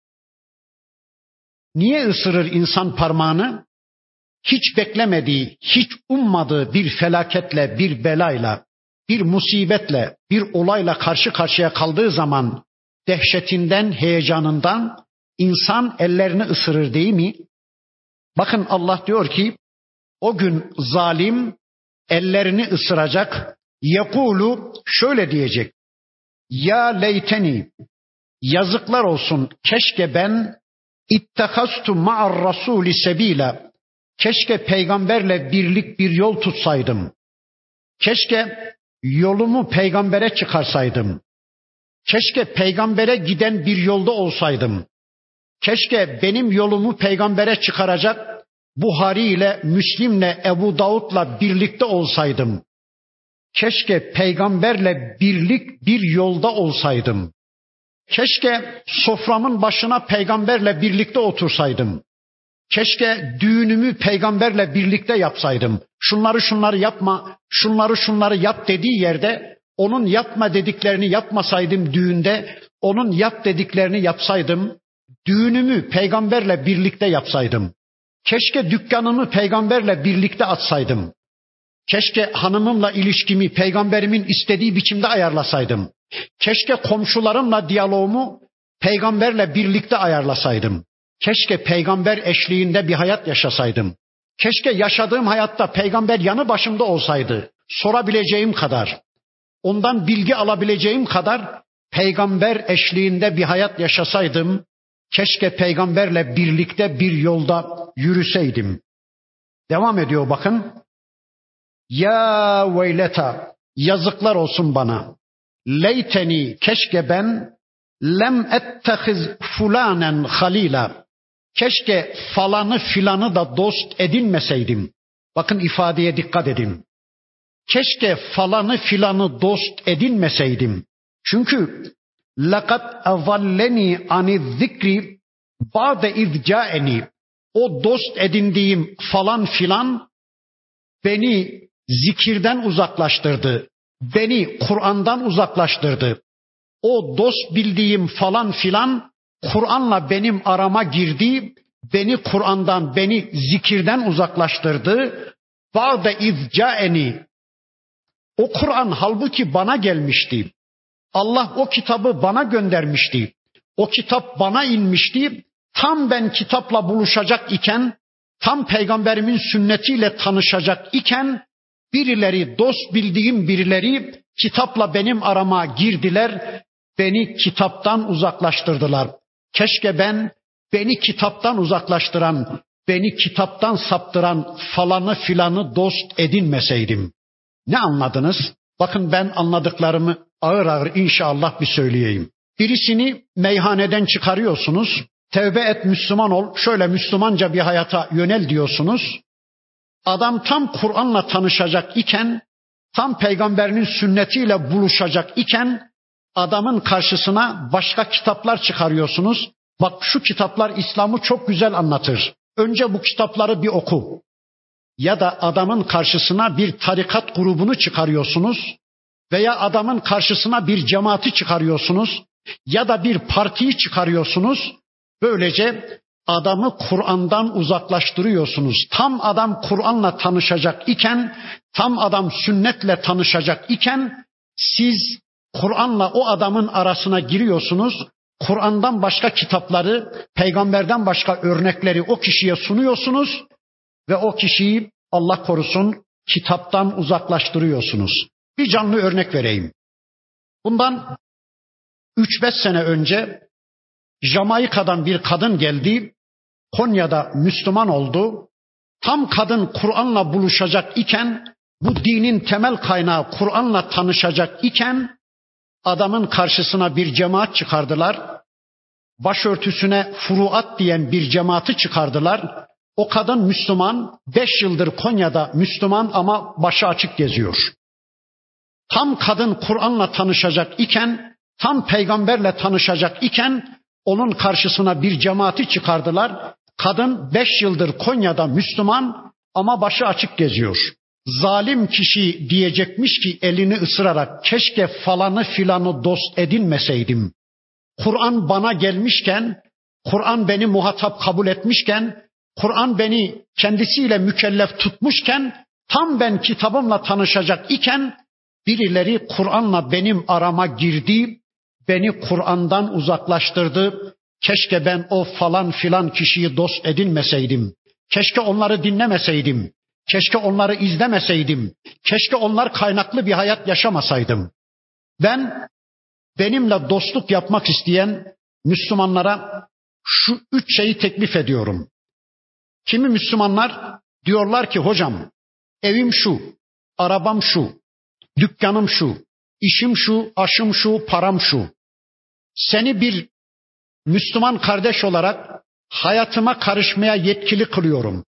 Niye ısırır insan parmağını? Hiç beklemediği, hiç ummadığı bir felaketle, bir belayla, bir musibetle, bir olayla karşı karşıya kaldığı zaman dehşetinden, heyecanından insan ellerini ısırır değil mi? Bakın Allah diyor ki o gün zalim ellerini ısıracak. Yekulu şöyle diyecek. Ya leyteni, yazıklar olsun, keşke ben ittehaztu ma'ar rasuli sebila, keşke peygamberle birlik bir yol tutsaydım. Keşke yolumu peygambere çıkarsaydım. Keşke peygambere giden bir yolda olsaydım. Keşke benim yolumu peygambere çıkaracak Buhari ile, Müslim'le, Ebu Davud'la birlikte olsaydım. Keşke peygamberle birlik bir yolda olsaydım. Keşke soframın başına peygamberle birlikte otursaydım. Keşke düğünümü peygamberle birlikte yapsaydım. Şunları yapma, şunları yap dediği yerde onun yapma dediklerini yapmasaydım düğünde, onun yap dediklerini yapsaydım. Düğünümü peygamberle birlikte yapsaydım. Keşke dükkanımı peygamberle birlikte açsaydım. Keşke hanımımla ilişkimi peygamberimin istediği biçimde ayarlasaydım. Keşke komşularımla diyaloğumu peygamberle birlikte ayarlasaydım. Keşke peygamber eşliğinde bir hayat yaşasaydım. Keşke yaşadığım hayatta peygamber yanı başımda olsaydı. Sorabileceğim kadar, ondan bilgi alabileceğim kadar peygamber eşliğinde bir hayat yaşasaydım. Keşke peygamberle birlikte bir yolda yürüseydim. Devam ediyor bakın. Ya veyleta, yazıklar olsun bana. Leyteni, keşke ben lem ettehiz fulanen halila. Keşke falanı filanı da dost edinmeseydim. Bakın ifadeye dikkat edin. Keşke falanı filanı dost edinmeseydim. Çünkü لَقَدْ اَظَلَّنِي عَنِ الذِّكْرِ بَعْدَ اِذْ جَاءَنِي. O dost edindiğim falan filan beni zikirden uzaklaştırdı. Beni Kur'an'dan uzaklaştırdı. O dost bildiğim falan filan Kur'an'la benim arama girdi. Beni Kur'an'dan, beni zikirden uzaklaştırdı. بَعْدَ اِذْ جَاءَنِي. O Kur'an halbuki bana gelmişti. Allah o kitabı bana göndermişti. O kitap bana inmişti. Tam ben kitapla buluşacak iken, tam peygamberimin sünnetiyle tanışacak iken, birileri, dost bildiğim birileri kitapla benim arama girdiler. Beni kitaptan uzaklaştırdılar. Keşke ben beni kitaptan uzaklaştıran, beni kitaptan saptıran falanı filanı dost edinmeseydim. Ne anladınız? Bakın ben anladıklarımı ağır ağır inşallah bir söyleyeyim. Birisini meyhaneden çıkarıyorsunuz. tevbe et Müslüman ol, şöyle Müslümanca bir hayata yönel diyorsunuz. Adam tam Kur'an'la tanışacak iken, tam peygamberinin sünnetiyle buluşacak iken adamın karşısına başka kitaplar çıkarıyorsunuz. Bak şu kitaplar İslam'ı çok güzel anlatır. Önce bu kitapları bir oku. Ya da adamın karşısına bir tarikat grubunu çıkarıyorsunuz veya adamın karşısına bir cemaati çıkarıyorsunuz ya da bir partiyi çıkarıyorsunuz. Böylece adamı Kur'an'dan uzaklaştırıyorsunuz. Tam adam Kur'an'la tanışacak iken, tam adam sünnetle tanışacak iken siz Kur'an'la o adamın arasına giriyorsunuz. Kur'an'dan başka kitapları, peygamberden başka örnekleri o kişiye sunuyorsunuz ve o kişiyi Allah korusun kitaptan uzaklaştırıyorsunuz. Bir canlı örnek vereyim. Bundan 3-5 sene önce Jamaika'dan bir kadın geldi. Konya'da Müslüman oldu. Tam kadın Kur'an'la buluşacak iken, bu dinin temel kaynağı Kur'an'la tanışacak iken adamın karşısına bir cemaat çıkardılar. Başörtüsüne furuat diyen bir cemaati çıkardılar. O kadın Müslüman, 5 yıldır Konya'da Müslüman ama başı açık geziyor. Tam kadın Kur'an'la tanışacak iken, tam peygamberle tanışacak iken onun karşısına bir cemaati çıkardılar. Kadın 5 yıldır Konya'da Müslüman ama başı açık geziyor. Zalim kişi diyecekmiş ki elini ısırarak keşke falanı filanı dost edinmeseydim. Kur'an bana gelmişken, Kur'an beni muhatap kabul etmişken, Kur'an beni kendisiyle mükellef tutmuşken, tam ben kitabımla tanışacak iken birileri Kur'an'la benim arama girdi, beni Kur'an'dan uzaklaştırdı. Keşke ben o falan filan kişiyi dost edinmeseydim. Keşke onları dinlemeseydim. Keşke onları izlemeseydim. Keşke onlar kaynaklı bir hayat yaşamasaydım. Ben benimle dostluk yapmak isteyen Müslümanlara şu 3 şeyi teklif ediyorum. Kimi Müslümanlar diyorlar ki hocam evim şu, arabam şu, dükkanım şu, işim şu, aşım şu, param şu. Seni bir Müslüman kardeş olarak hayatıma karışmaya yetkili kılıyorum.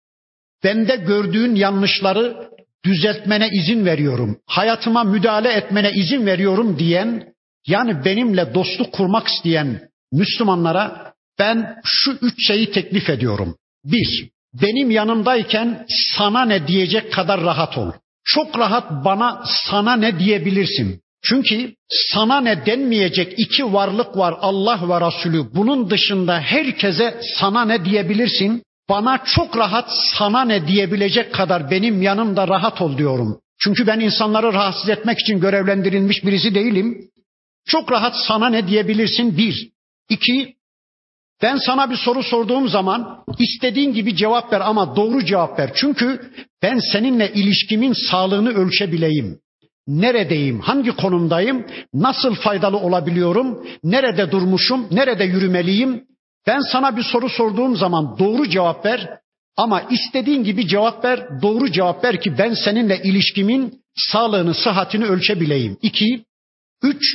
Bende gördüğün yanlışları düzeltmene izin veriyorum. Hayatıma müdahale etmene izin veriyorum diyen, yani benimle dostluk kurmak isteyen Müslümanlara ben şu 3 şeyi teklif ediyorum. 1, benim yanımdayken sana ne diyecek kadar rahat ol. Çok rahat bana sana ne diyebilirsin. Çünkü sana ne denmeyecek 2 varlık var, Allah ve Resulü. Bunun dışında herkese sana ne diyebilirsin. Bana çok rahat sana ne diyebilecek kadar benim yanımda rahat ol diyorum. Çünkü ben insanları rahatsız etmek için görevlendirilmiş birisi değilim. Çok rahat sana ne diyebilirsin 1. 2, ben sana bir soru sorduğum zaman istediğin gibi cevap ver ama doğru cevap ver. Çünkü ben seninle ilişkimin sağlığını ölçebileyim. Neredeyim, hangi konumdayım, nasıl faydalı olabiliyorum, nerede durmuşum, nerede yürümeliyim? Ben sana bir soru sorduğum zaman doğru cevap ver ama istediğin gibi cevap ver, doğru cevap ver ki ben seninle ilişkimin sağlığını, sıhhatini ölçebileyim. 2, 3,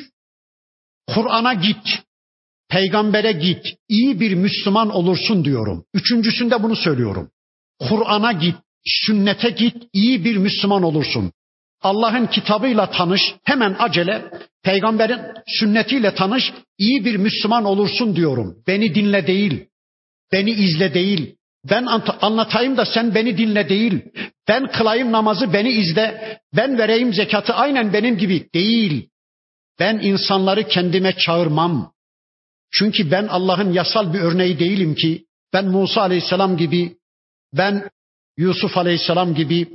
Kur'an'a git, peygambere git, iyi bir Müslüman olursun diyorum. 3.'sünde bunu söylüyorum. Kur'an'a git, sünnete git, iyi bir Müslüman olursun. Allah'ın kitabıyla tanış, hemen acele, peygamberin sünnetiyle tanış, iyi bir Müslüman olursun diyorum. Beni dinle değil, beni izle değil, ben anlatayım da sen beni dinle değil, ben kılayım namazı beni izle, ben vereyim zekatı aynen benim gibi değil. Ben insanları kendime çağırmam. Çünkü ben Allah'ın yasal bir örneği değilim ki, ben Musa Aleyhisselam gibi, ben Yusuf Aleyhisselam gibi,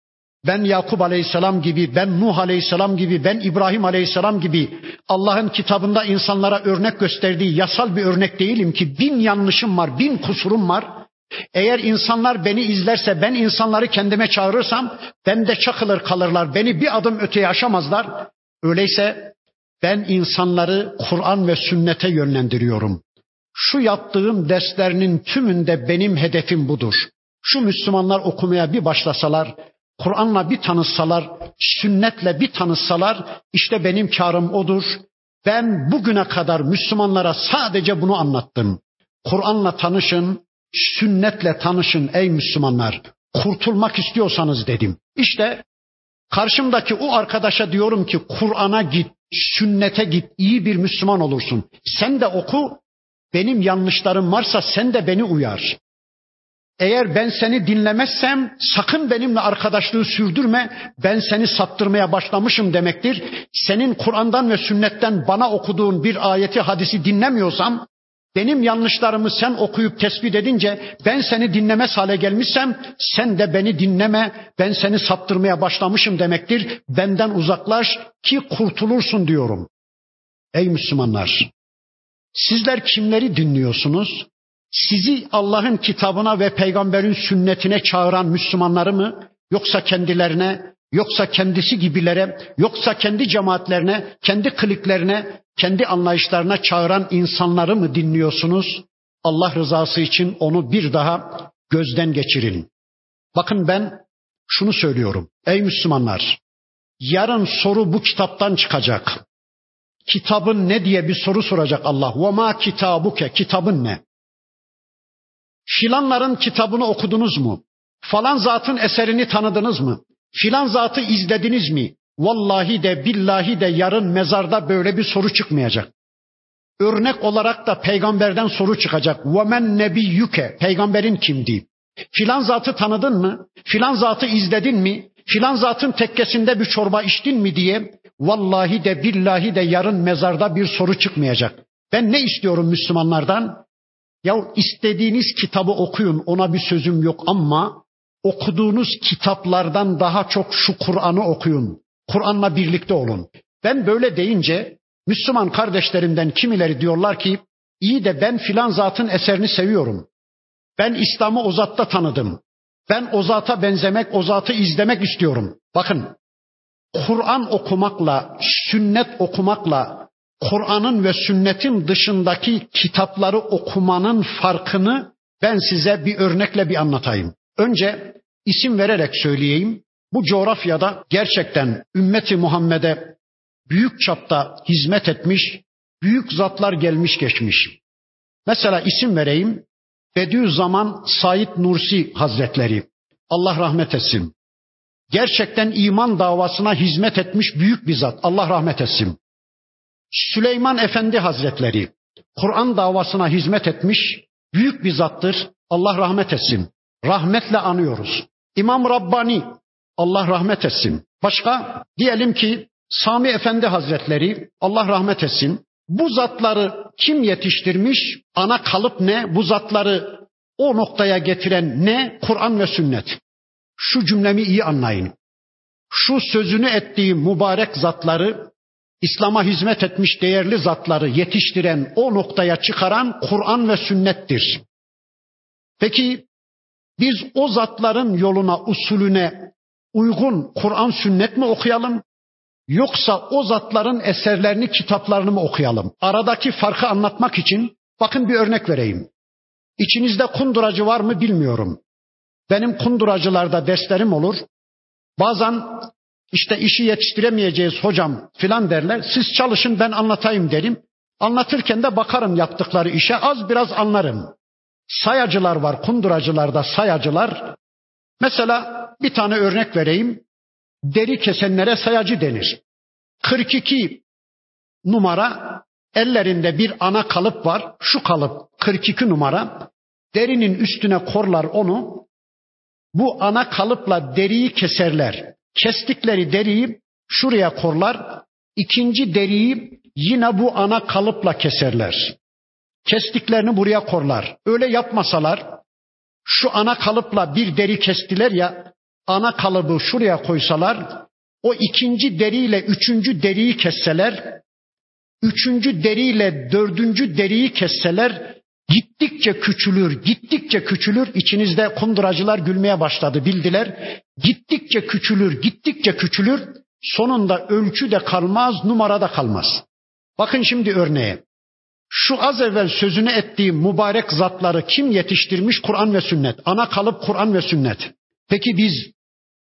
ben Yakup Aleyhisselam gibi, ben Nuh Aleyhisselam gibi, ben İbrahim Aleyhisselam gibi Allah'ın kitabında insanlara örnek gösterdiği yasal bir örnek değilim ki 1000 yanlışım var, 1000 kusurum var. Eğer insanlar beni izlerse, ben insanları kendime çağırırsam bende çakılır kalırlar, beni bir adım öteye aşamazlar. Öyleyse ben insanları Kur'an ve sünnete yönlendiriyorum. Şu yaptığım derslerinin tümünde benim hedefim budur. Şu Müslümanlar okumaya bir başlasalar, Kur'an'la bir tanışsalar, sünnetle bir tanışsalar, işte benim kârım odur. Ben bugüne kadar Müslümanlara sadece bunu anlattım. Kur'an'la tanışın, sünnetle tanışın ey Müslümanlar. Kurtulmak istiyorsanız dedim. İşte karşımdaki o arkadaşa diyorum ki Kur'an'a git, sünnete git, iyi bir Müslüman olursun. Sen de oku, benim yanlışlarım varsa sen de beni uyar. Eğer ben seni dinlemezsem sakın benimle arkadaşlığı sürdürme, ben seni saptırmaya başlamışım demektir. Senin Kur'an'dan ve sünnetten bana okuduğun bir ayeti, hadisi dinlemiyorsam, benim yanlışlarımı sen okuyup tespit edince ben seni dinlemez hale gelmişsem sen de beni dinleme, ben seni saptırmaya başlamışım demektir. Benden uzaklaş ki kurtulursun diyorum. Ey Müslümanlar, sizler kimleri dinliyorsunuz? Sizi Allah'ın kitabına ve peygamberin sünnetine çağıran Müslümanları mı? Yoksa kendilerine, yoksa kendisi gibilere, yoksa kendi cemaatlerine, kendi kliklerine, kendi anlayışlarına çağıran insanları mı dinliyorsunuz? Allah rızası için onu bir daha gözden geçirin. Bakın ben şunu söylüyorum. Ey Müslümanlar, yarın soru bu kitaptan çıkacak. Kitabın ne diye bir soru soracak Allah. وَمَا كِتَابُكَ Kitabın ne? Filanların kitabını okudunuz mu? Falan zatın eserini tanıdınız mı? Filan zatı izlediniz mi? Vallahi de billahi de yarın mezarda böyle bir soru çıkmayacak. Örnek olarak da peygamberden soru çıkacak. وَمَنْ نَبِيُّكَ Peygamberin kimdi? Filan zatı tanıdın mı? Filan zatı izledin mi? Filan zatın tekkesinde bir çorba içtin mi diye vallahi de billahi de yarın mezarda bir soru çıkmayacak. Ben ne istiyorum Müslümanlardan? Ya istediğiniz kitabı okuyun, ona bir sözüm yok ama okuduğunuz kitaplardan daha çok şu Kur'an'ı okuyun. Kur'an'la birlikte olun. Ben böyle deyince Müslüman kardeşlerimden kimileri diyorlar ki iyi de ben filan zatın eserini seviyorum. Ben İslam'ı o zatta tanıdım. Ben o zata benzemek, o zatı izlemek istiyorum. Bakın, Kur'an okumakla, sünnet okumakla, Kur'an'ın ve sünnetin dışındaki kitapları okumanın farkını ben size bir örnekle bir anlatayım. Önce isim vererek söyleyeyim. Bu coğrafyada gerçekten ümmeti Muhammed'e büyük çapta hizmet etmiş, büyük zatlar gelmiş geçmiş. Mesela isim vereyim. Bediüzzaman Said Nursi Hazretleri. Allah rahmet etsin. Gerçekten iman davasına hizmet etmiş büyük bir zat. Allah rahmet etsin. Süleyman Efendi Hazretleri. Kur'an davasına hizmet etmiş büyük bir zattır. Allah rahmet etsin. Rahmetle anıyoruz. İmam Rabbani. Allah rahmet etsin. Başka diyelim ki Sami Efendi Hazretleri. Allah rahmet etsin. Bu zatları kim yetiştirmiş? Ana kalıp ne? Bu zatları o noktaya getiren ne? Kur'an ve sünnet. Şu cümlemi iyi anlayın. Şu sözünü ettiğim mübarek zatları, İslam'a hizmet etmiş değerli zatları yetiştiren, o noktaya çıkaran Kur'an ve sünnettir. Peki biz o zatların yoluna, usulüne uygun Kur'an, sünnet mi okuyalım? Yoksa o zatların eserlerini, kitaplarını mı okuyalım? Aradaki farkı anlatmak için bakın bir örnek vereyim. İçinizde kunduracı var mı bilmiyorum. Benim kunduracılarda derslerim olur. Bazen işte işi yetiştiremeyeceğiz hocam filan derler. Siz çalışın ben anlatayım derim. Anlatırken de bakarım yaptıkları işe, az biraz anlarım. Sayacılar var, kunduracılarda sayacılar. Mesela bir tane örnek vereyim. Deri kesenlere sayacı denir. 42 numara ellerinde bir ana kalıp var. Şu kalıp 42 numara. Derinin üstüne korlar onu. Bu ana kalıpla deriyi keserler. Kestikleri deriyi şuraya korlar. İkinci deriyi yine bu ana kalıpla keserler. Kestiklerini buraya korlar. Öyle yapmasalar şu ana kalıpla bir deri kestiler ya, ana kalıbı şuraya koysalar, o ikinci deriyle üçüncü deriyi kesseler, üçüncü deriyle dördüncü deriyi kesseler, gittikçe küçülür, gittikçe küçülür. İçinizde kunduracılar gülmeye başladı, bildiler. Gittikçe küçülür, gittikçe küçülür. Sonunda ölçü de kalmaz, numara da kalmaz. Bakın şimdi örneğe. Şu az evvel sözünü ettiğim mübarek zatları kim yetiştirmiş? Kur'an ve sünnet. Ana kalıp Kur'an ve sünnet. Peki biz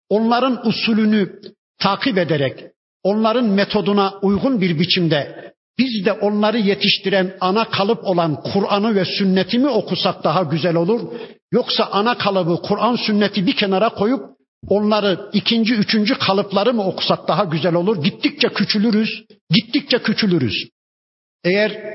onların usulünü takip ederek, onların metoduna uygun bir biçimde biz de onları yetiştiren ana kalıp olan Kur'an'ı ve sünneti mi okusak daha güzel olur? Yoksa ana kalıbı Kur'an sünneti bir kenara koyup onları ikinci, üçüncü kalıpları mı okusak daha güzel olur? Gittikçe küçülürüz, gittikçe küçülürüz. Eğer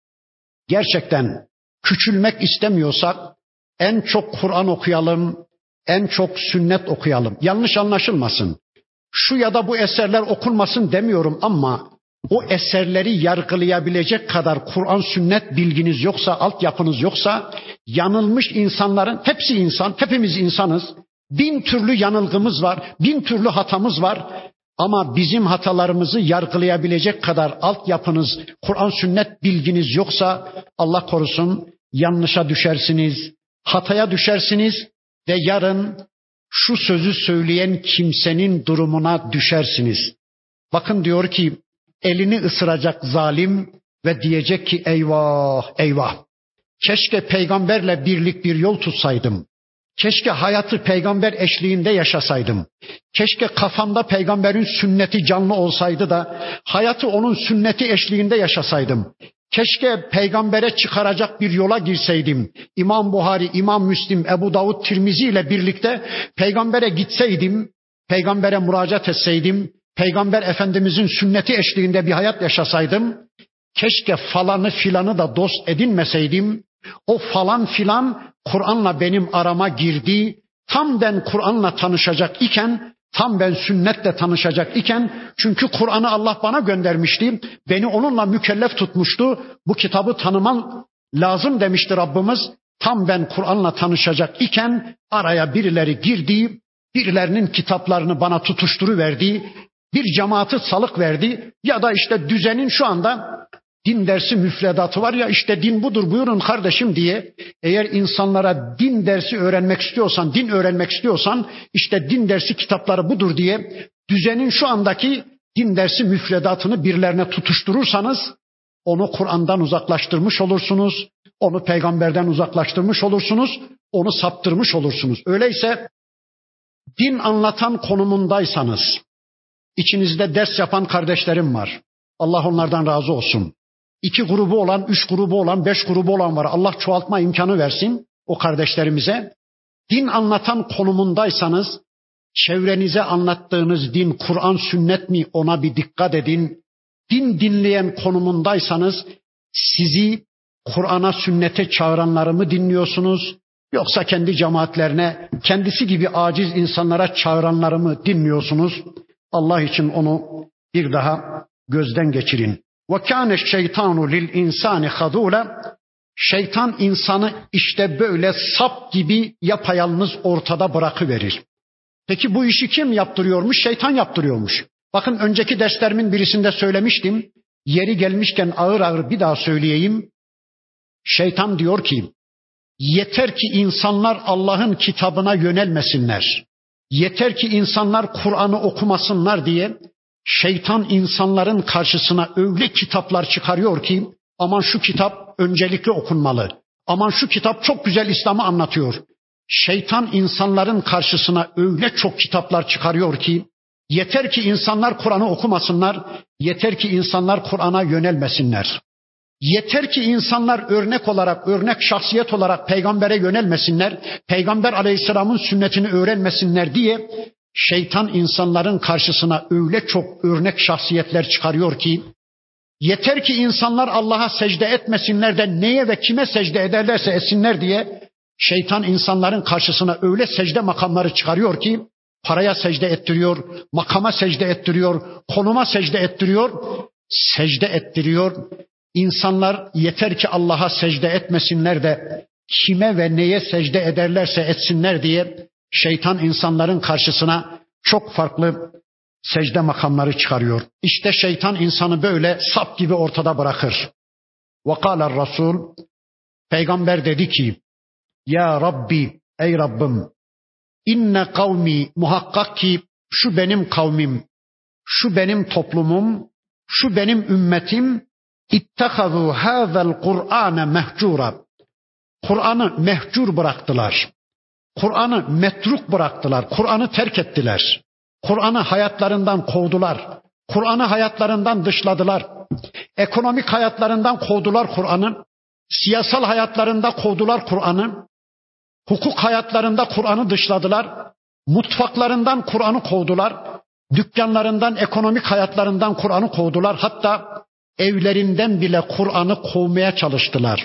gerçekten küçülmek istemiyorsak en çok Kur'an okuyalım, en çok sünnet okuyalım. Yanlış anlaşılmasın. Şu ya da bu eserler okunmasın demiyorum ama o eserleri yargılayabilecek kadar Kur'an sünnet bilginiz yoksa, altyapınız yoksa, yanılmış insanların, hepsi insan, hepimiz insanız. 1000 türlü yanılgımız var, 1000 türlü hatamız var. Ama bizim hatalarımızı yargılayabilecek kadar altyapınız, Kur'an sünnet bilginiz yoksa Allah korusun yanlışa düşersiniz, hataya düşersiniz ve yarın şu sözü söyleyen kimsenin durumuna düşersiniz. Bakın diyor ki elini ısıracak zalim ve diyecek ki eyvah eyvah. Keşke peygamberle birlik bir yol tutsaydım. Keşke hayatı peygamber eşliğinde yaşasaydım. Keşke kafamda peygamberin sünneti canlı olsaydı da hayatı onun sünneti eşliğinde yaşasaydım. Keşke peygambere çıkaracak bir yola girseydim. İmam Buhari, İmam Müslim, Ebu Davud, Tirmizi ile birlikte peygambere gitseydim, peygambere müracaat etseydim, peygamber efendimizin sünneti eşliğinde bir hayat yaşasaydım. Keşke falanı filanı da dost edinmeseydim. O falan filan Kur'an'la benim arama girdi. Tam ben Kur'an'la tanışacak iken, tam ben sünnetle tanışacak iken, çünkü Kur'an'ı Allah bana göndermişti. Beni onunla mükellef tutmuştu. Bu kitabı tanımam lazım demişti Rabbimiz. Tam ben Kur'an'la tanışacak iken araya birileri girdi. Birilerinin kitaplarını bana tutuşturuverdi. Bir cemaati salık verdi. Ya da işte düzenin şu anda din dersi müfredatı var ya, işte din budur buyurun kardeşim diye. Eğer insanlara din dersi öğrenmek istiyorsan, din öğrenmek istiyorsan işte din dersi kitapları budur diye düzenin şu andaki din dersi müfredatını birilerine tutuşturursanız onu Kur'an'dan uzaklaştırmış olursunuz. Onu peygamberden uzaklaştırmış olursunuz. Onu saptırmış olursunuz. Öyleyse din anlatan konumundaysanız, içinizde ders yapan kardeşlerim var. Allah onlardan razı olsun. 2 grubu olan, 3 grubu olan, 5 grubu olan var. Allah çoğaltma imkanı versin o kardeşlerimize. Din anlatan konumundaysanız, çevrenize anlattığınız din Kur'an sünnet mi, ona bir dikkat edin. Din dinleyen konumundaysanız sizi Kur'an'a sünnete çağıranları mı dinliyorsunuz? Yoksa kendi cemaatlerine, kendisi gibi aciz insanlara çağıranları mı dinliyorsunuz? Allah için onu bir daha gözden geçirin. وَكَانَ الشَّيْطَانُ لِلْاِنْسَانِ خَذُولًا. Şeytan insanı işte böyle sap gibi yapayalnız ortada bırakıverir. Peki bu işi kim yaptırıyormuş? Şeytan yaptırıyormuş. Bakın önceki derslerimin birisinde söylemiştim. Yeri gelmişken ağır ağır bir daha söyleyeyim. Şeytan diyor ki, yeter ki insanlar Allah'ın kitabına yönelmesinler. Yeter ki insanlar Kur'an'ı okumasınlar diye şeytan insanların karşısına öyle kitaplar çıkarıyor ki aman şu kitap öncelikli okunmalı. Aman şu kitap çok güzel İslam'ı anlatıyor. Şeytan insanların karşısına öyle çok kitaplar çıkarıyor ki yeter ki insanlar Kur'an'ı okumasınlar. Yeter ki insanlar Kur'an'a yönelmesinler. Yeter ki insanlar örnek olarak, örnek şahsiyet olarak peygambere yönelmesinler. Peygamber aleyhisselamın sünnetini öğrenmesinler diye şeytan insanların karşısına öyle çok örnek şahsiyetler çıkarıyor ki yeter ki insanlar Allah'a secde etmesinler de neye ve kime secde ederlerse etsinler diye şeytan insanların karşısına öyle secde makamları çıkarıyor ki paraya secde ettiriyor, makama secde ettiriyor, konuma secde ettiriyor, secde ettiriyor. İnsanlar yeter ki Allah'a secde etmesinler de kime ve neye secde ederlerse etsinler diye şeytan insanların karşısına çok farklı secde makamları çıkarıyor. İşte şeytan insanı böyle sap gibi ortada bırakır. وَقَالَ Resul, Peygamber dedi ki, Ya Rabbi, ey Rabbim, inne kavmi, muhakkak ki şu benim kavmim, şu benim toplumum, şu benim ümmetim, İttehazu hâzel Kur'âne mehcûra. Kur'an'ı mehcur bıraktılar. Kur'an'ı metruk bıraktılar. Kur'an'ı terk ettiler. Kur'an'ı hayatlarından kovdular. Kur'an'ı hayatlarından dışladılar. Ekonomik hayatlarından kovdular Kur'an'ı. Siyasal hayatlarında kovdular Kur'an'ı. Hukuk hayatlarında Kur'an'ı dışladılar. Mutfaklarından Kur'an'ı kovdular. Dükkanlarından, ekonomik hayatlarından Kur'an'ı kovdular. Hatta evlerinden bile Kur'an'ı kovmaya çalıştılar.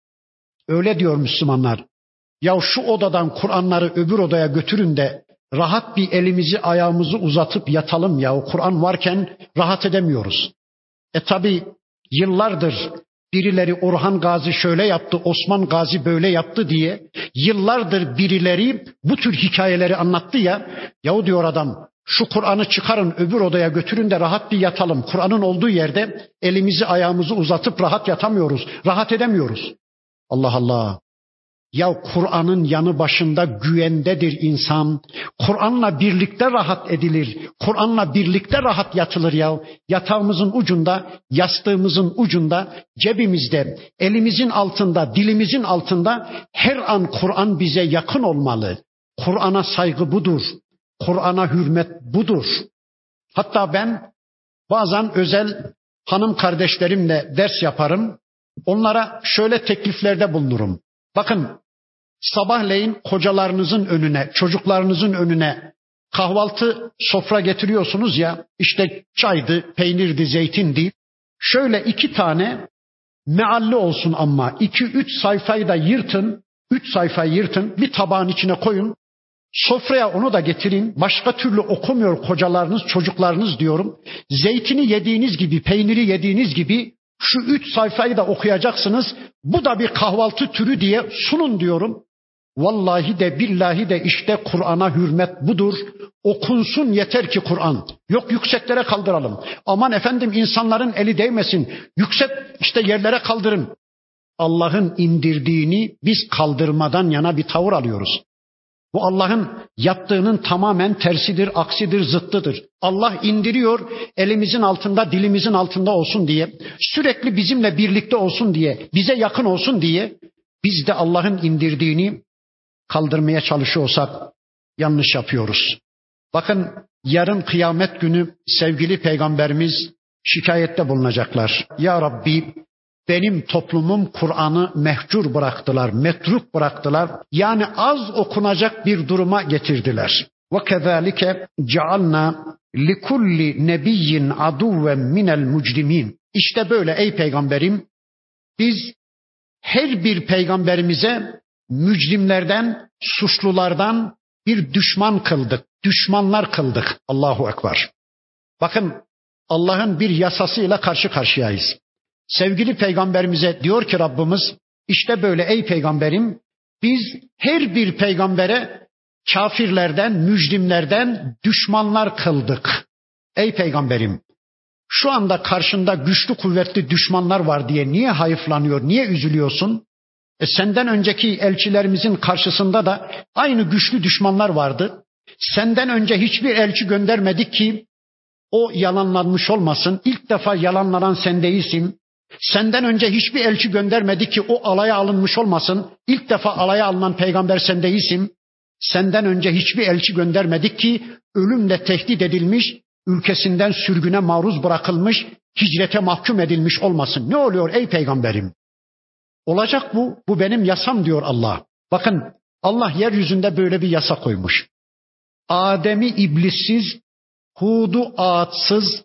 Öyle diyor Müslümanlar. Ya şu odadan Kur'anları öbür odaya götürün de rahat bir elimizi ayağımızı uzatıp yatalım ya. Kur'an varken rahat edemiyoruz. Tabi yıllardır birileri Orhan Gazi şöyle yaptı, Osman Gazi böyle yaptı diye yıllardır birileri bu tür hikayeleri anlattı ya. Yahu diyor adam, şu Kur'an'ı çıkarın öbür odaya götürün de rahat bir yatalım. Kur'an'ın olduğu yerde elimizi ayağımızı uzatıp rahat yatamıyoruz, rahat edemiyoruz. Allah Allah. Ya Kur'an'ın yanı başında güvendedir insan. Kur'an'la birlikte rahat edilir. Kur'an'la birlikte rahat yatılır ya. Yatağımızın ucunda, yastığımızın ucunda, cebimizde, elimizin altında, dilimizin altında her an Kur'an bize yakın olmalı. Kur'an'a saygı budur. Kur'an'a hürmet budur. Hatta ben bazen özel hanım kardeşlerimle ders yaparım. Onlara şöyle tekliflerde bulunurum. Bakın, sabahleyin kocalarınızın önüne, çocuklarınızın önüne kahvaltı sofra getiriyorsunuz ya, işte çaydı, peynirdi, zeytindi. Şöyle 2 tane mealli olsun ama 2-3 sayfayı da yırtın, 3 sayfayı yırtın, bir tabağın içine koyun. Sofraya onu da getirin. Başka türlü okumuyor kocalarınız, çocuklarınız diyorum. Zeytini yediğiniz gibi, peyniri yediğiniz gibi şu 3 sayfayı da okuyacaksınız. Bu da bir kahvaltı türü diye sunun diyorum. Vallahi de billahi de işte Kur'an'a hürmet budur. Okunsun yeter ki Kur'an. Yok yükseklere kaldıralım. Aman efendim insanların eli değmesin. Yüksek işte yerlere kaldırın. Allah'ın indirdiğini biz kaldırmadan yana bir tavır alıyoruz. Bu Allah'ın yaptığının tamamen tersidir, aksidir, zıttıdır. Allah indiriyor, elimizin altında, dilimizin altında olsun diye, sürekli bizimle birlikte olsun diye, bize yakın olsun diye, biz de Allah'ın indirdiğini kaldırmaya çalışıyorsak yanlış yapıyoruz. Bakın yarın kıyamet günü sevgili peygamberimiz şikayette bulunacaklar. Ya Rabbi, benim toplumum Kur'an'ı mehcur bıraktılar, metruk bıraktılar. Yani az okunacak bir duruma getirdiler. وَكَذَٰلِكَ جَعَلْنَا لِكُلِّ نَبِيٍّ عَدُوًّا مِنَ الْمُجْرِمِينَ. İşte böyle ey peygamberim, biz her bir peygamberimize mücrimlerden, suçlulardan bir düşman kıldık, düşmanlar kıldık. Allahu Ekber. Bakın Allah'ın bir yasasıyla karşı karşıyayız. Sevgili peygamberimize diyor ki Rabbimiz, işte böyle ey peygamberim, biz her bir peygambere kafirlerden, mücrimlerden düşmanlar kıldık. Ey peygamberim, şu anda karşında güçlü kuvvetli düşmanlar var diye niye hayıflanıyor, niye üzülüyorsun? Senden önceki elçilerimizin karşısında da aynı güçlü düşmanlar vardı. Senden önce hiçbir elçi göndermedik ki o yalanlanmış olmasın. İlk defa yalanlanan sen değilsin. Senden önce hiçbir elçi göndermedik ki o alaya alınmış olmasın. İlk defa alaya alınan peygamber sen değilsin. Senden önce hiçbir elçi göndermedik ki ölümle tehdit edilmiş, ülkesinden sürgüne maruz bırakılmış, hicrete mahkum edilmiş olmasın. Ne oluyor ey peygamberim? Olacak bu. Bu benim yasam diyor Allah. Bakın Allah yeryüzünde böyle bir yasa koymuş. Adem'i iblissiz, Hud'u ağatsız,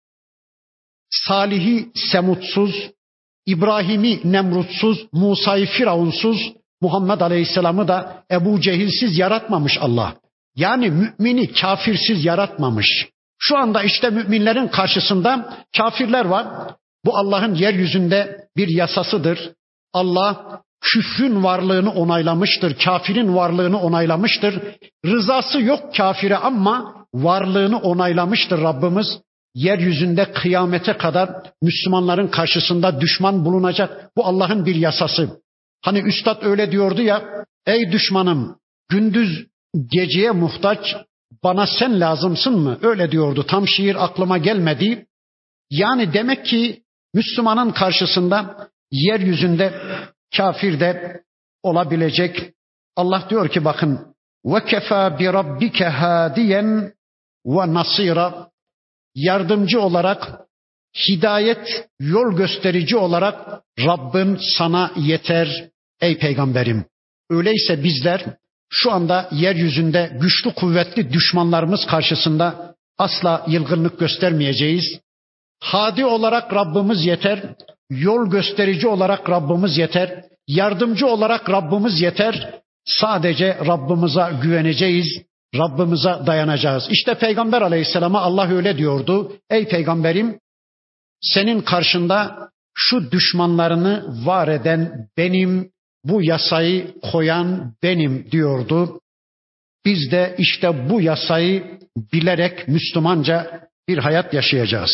Salih'i Semutsuz, İbrahim'i Nemrutsuz, Musa'yı Firavunsuz, Muhammed Aleyhisselam'ı da Ebu Cehilsiz yaratmamış Allah. Yani mümini kafirsiz yaratmamış. Şu anda işte müminlerin karşısında kafirler var. Bu Allah'ın yeryüzünde bir yasasıdır. Allah küfrün varlığını onaylamıştır, kafirin varlığını onaylamıştır. Rızası yok kafire ama varlığını onaylamıştır Rabbimiz. Yeryüzünde kıyamete kadar Müslümanların karşısında düşman bulunacak. Bu Allah'ın bir yasası. Hani üstad öyle diyordu ya, ey düşmanım gündüz geceye muhtaç, bana sen lazımsın mı? Öyle diyordu, tam şiir aklıma gelmedi. Yani demek ki Müslümanın karşısında yeryüzünde kafir de olabilecek. Allah diyor ki bakın, وَكَفَى بِرَبِّكَ هَادِيًا وَنَصِيرًا. Yardımcı olarak, hidayet, yol gösterici olarak Rabbin sana yeter ey peygamberim. Öyleyse bizler şu anda yeryüzünde güçlü kuvvetli düşmanlarımız karşısında asla yılgınlık göstermeyeceğiz. Hadi olarak Rabbimiz yeter, yol gösterici olarak Rabbimiz yeter, yardımcı olarak Rabbimiz yeter. Sadece Rabbimize güveneceğiz, Rabbimize dayanacağız. İşte Peygamber Aleyhisselam'a Allah öyle diyordu. Ey peygamberim, senin karşında şu düşmanlarını var eden benim, bu yasayı koyan benim diyordu. Biz de işte bu yasayı bilerek Müslümanca bir hayat yaşayacağız.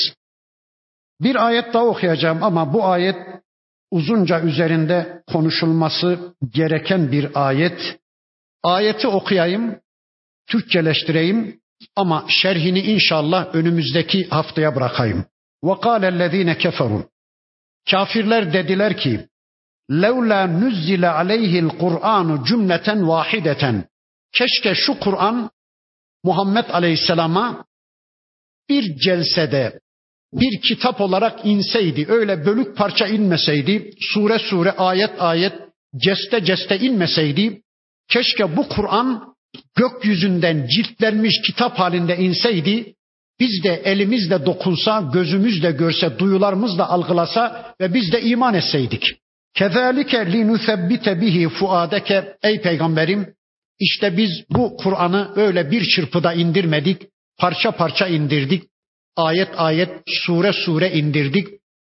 Bir ayet daha okuyacağım ama bu ayet uzunca üzerinde konuşulması gereken bir ayet. Ayeti okuyayım, Türkçeleştireyim ama şerhini inşallah önümüzdeki haftaya bırakayım. وَقَالَ الَّذ۪ينَ كَفَرُوا Kafirler dediler ki لَوْلَا نُزِّلَ عَلَيْهِ الْقُرْآنُ cümleten vahideten. Keşke şu Kur'an Muhammed Aleyhisselam'a bir celsede, bir kitap olarak inseydi, öyle bölük parça inmeseydi, sure sure, ayet ayet, ceste ceste inmeseydi, keşke bu Kur'an gökyüzünden ciltlenmiş kitap halinde inseydi, biz de elimizle dokunsa, gözümüzle görse, duyularımızla algılasa ve biz de iman etseydik. Kezalike linusebbite bihi fuadeke ey peygamberim, işte biz bu Kur'an'ı öyle bir çırpıda indirmedik, parça parça indirdik, ayet ayet, sure sure indirdik.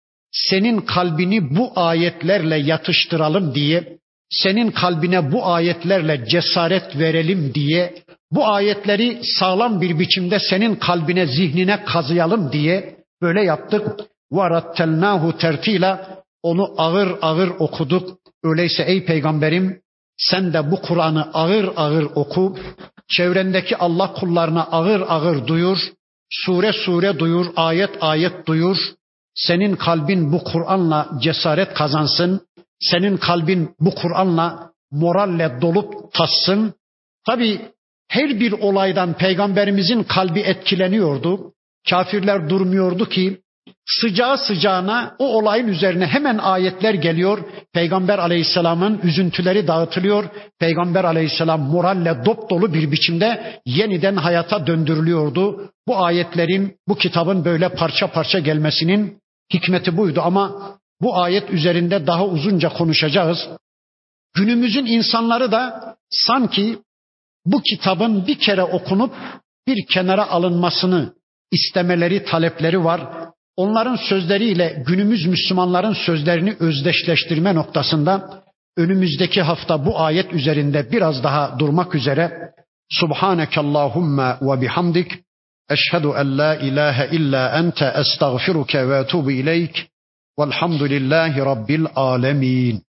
Senin kalbini bu ayetlerle yatıştıralım diye, senin kalbine bu ayetlerle cesaret verelim diye, bu ayetleri sağlam bir biçimde senin kalbine, zihnine kazıyalım diye böyle yaptık. وَرَتَّلْنَاهُ tertila, onu ağır ağır okuduk. Öyleyse ey peygamberim, sen de bu Kur'an'ı ağır ağır oku. Çevrendeki Allah kullarına ağır ağır duyur. Sure sure duyur, ayet ayet duyur. Senin kalbin bu Kur'an'la cesaret kazansın. Senin kalbin bu Kur'an'la moralle dolup taşsın. Tabii her bir olaydan peygamberimizin kalbi etkileniyordu. Kafirler durmuyordu ki sıcağı sıcağına o olayın üzerine hemen ayetler geliyor. Peygamber Aleyhisselam'ın üzüntüleri dağıtılıyor. Peygamber Aleyhisselam moralle dop dolu bir biçimde yeniden hayata döndürülüyordu. Bu ayetlerin, bu kitabın böyle parça parça gelmesinin hikmeti buydu ama bu ayet üzerinde daha uzunca konuşacağız. Günümüzün insanları da sanki bu kitabın bir kere okunup bir kenara alınmasını istemeleri, talepleri var. Onların sözleriyle günümüz Müslümanların sözlerini özdeşleştirme noktasında önümüzdeki hafta bu ayet üzerinde biraz daha durmak üzere Subhanekallahumma ve bihamdik eşhedü en la ilahe illa ente estağfiruke ve etubu ileyk velhamdülillahi rabbil alemin.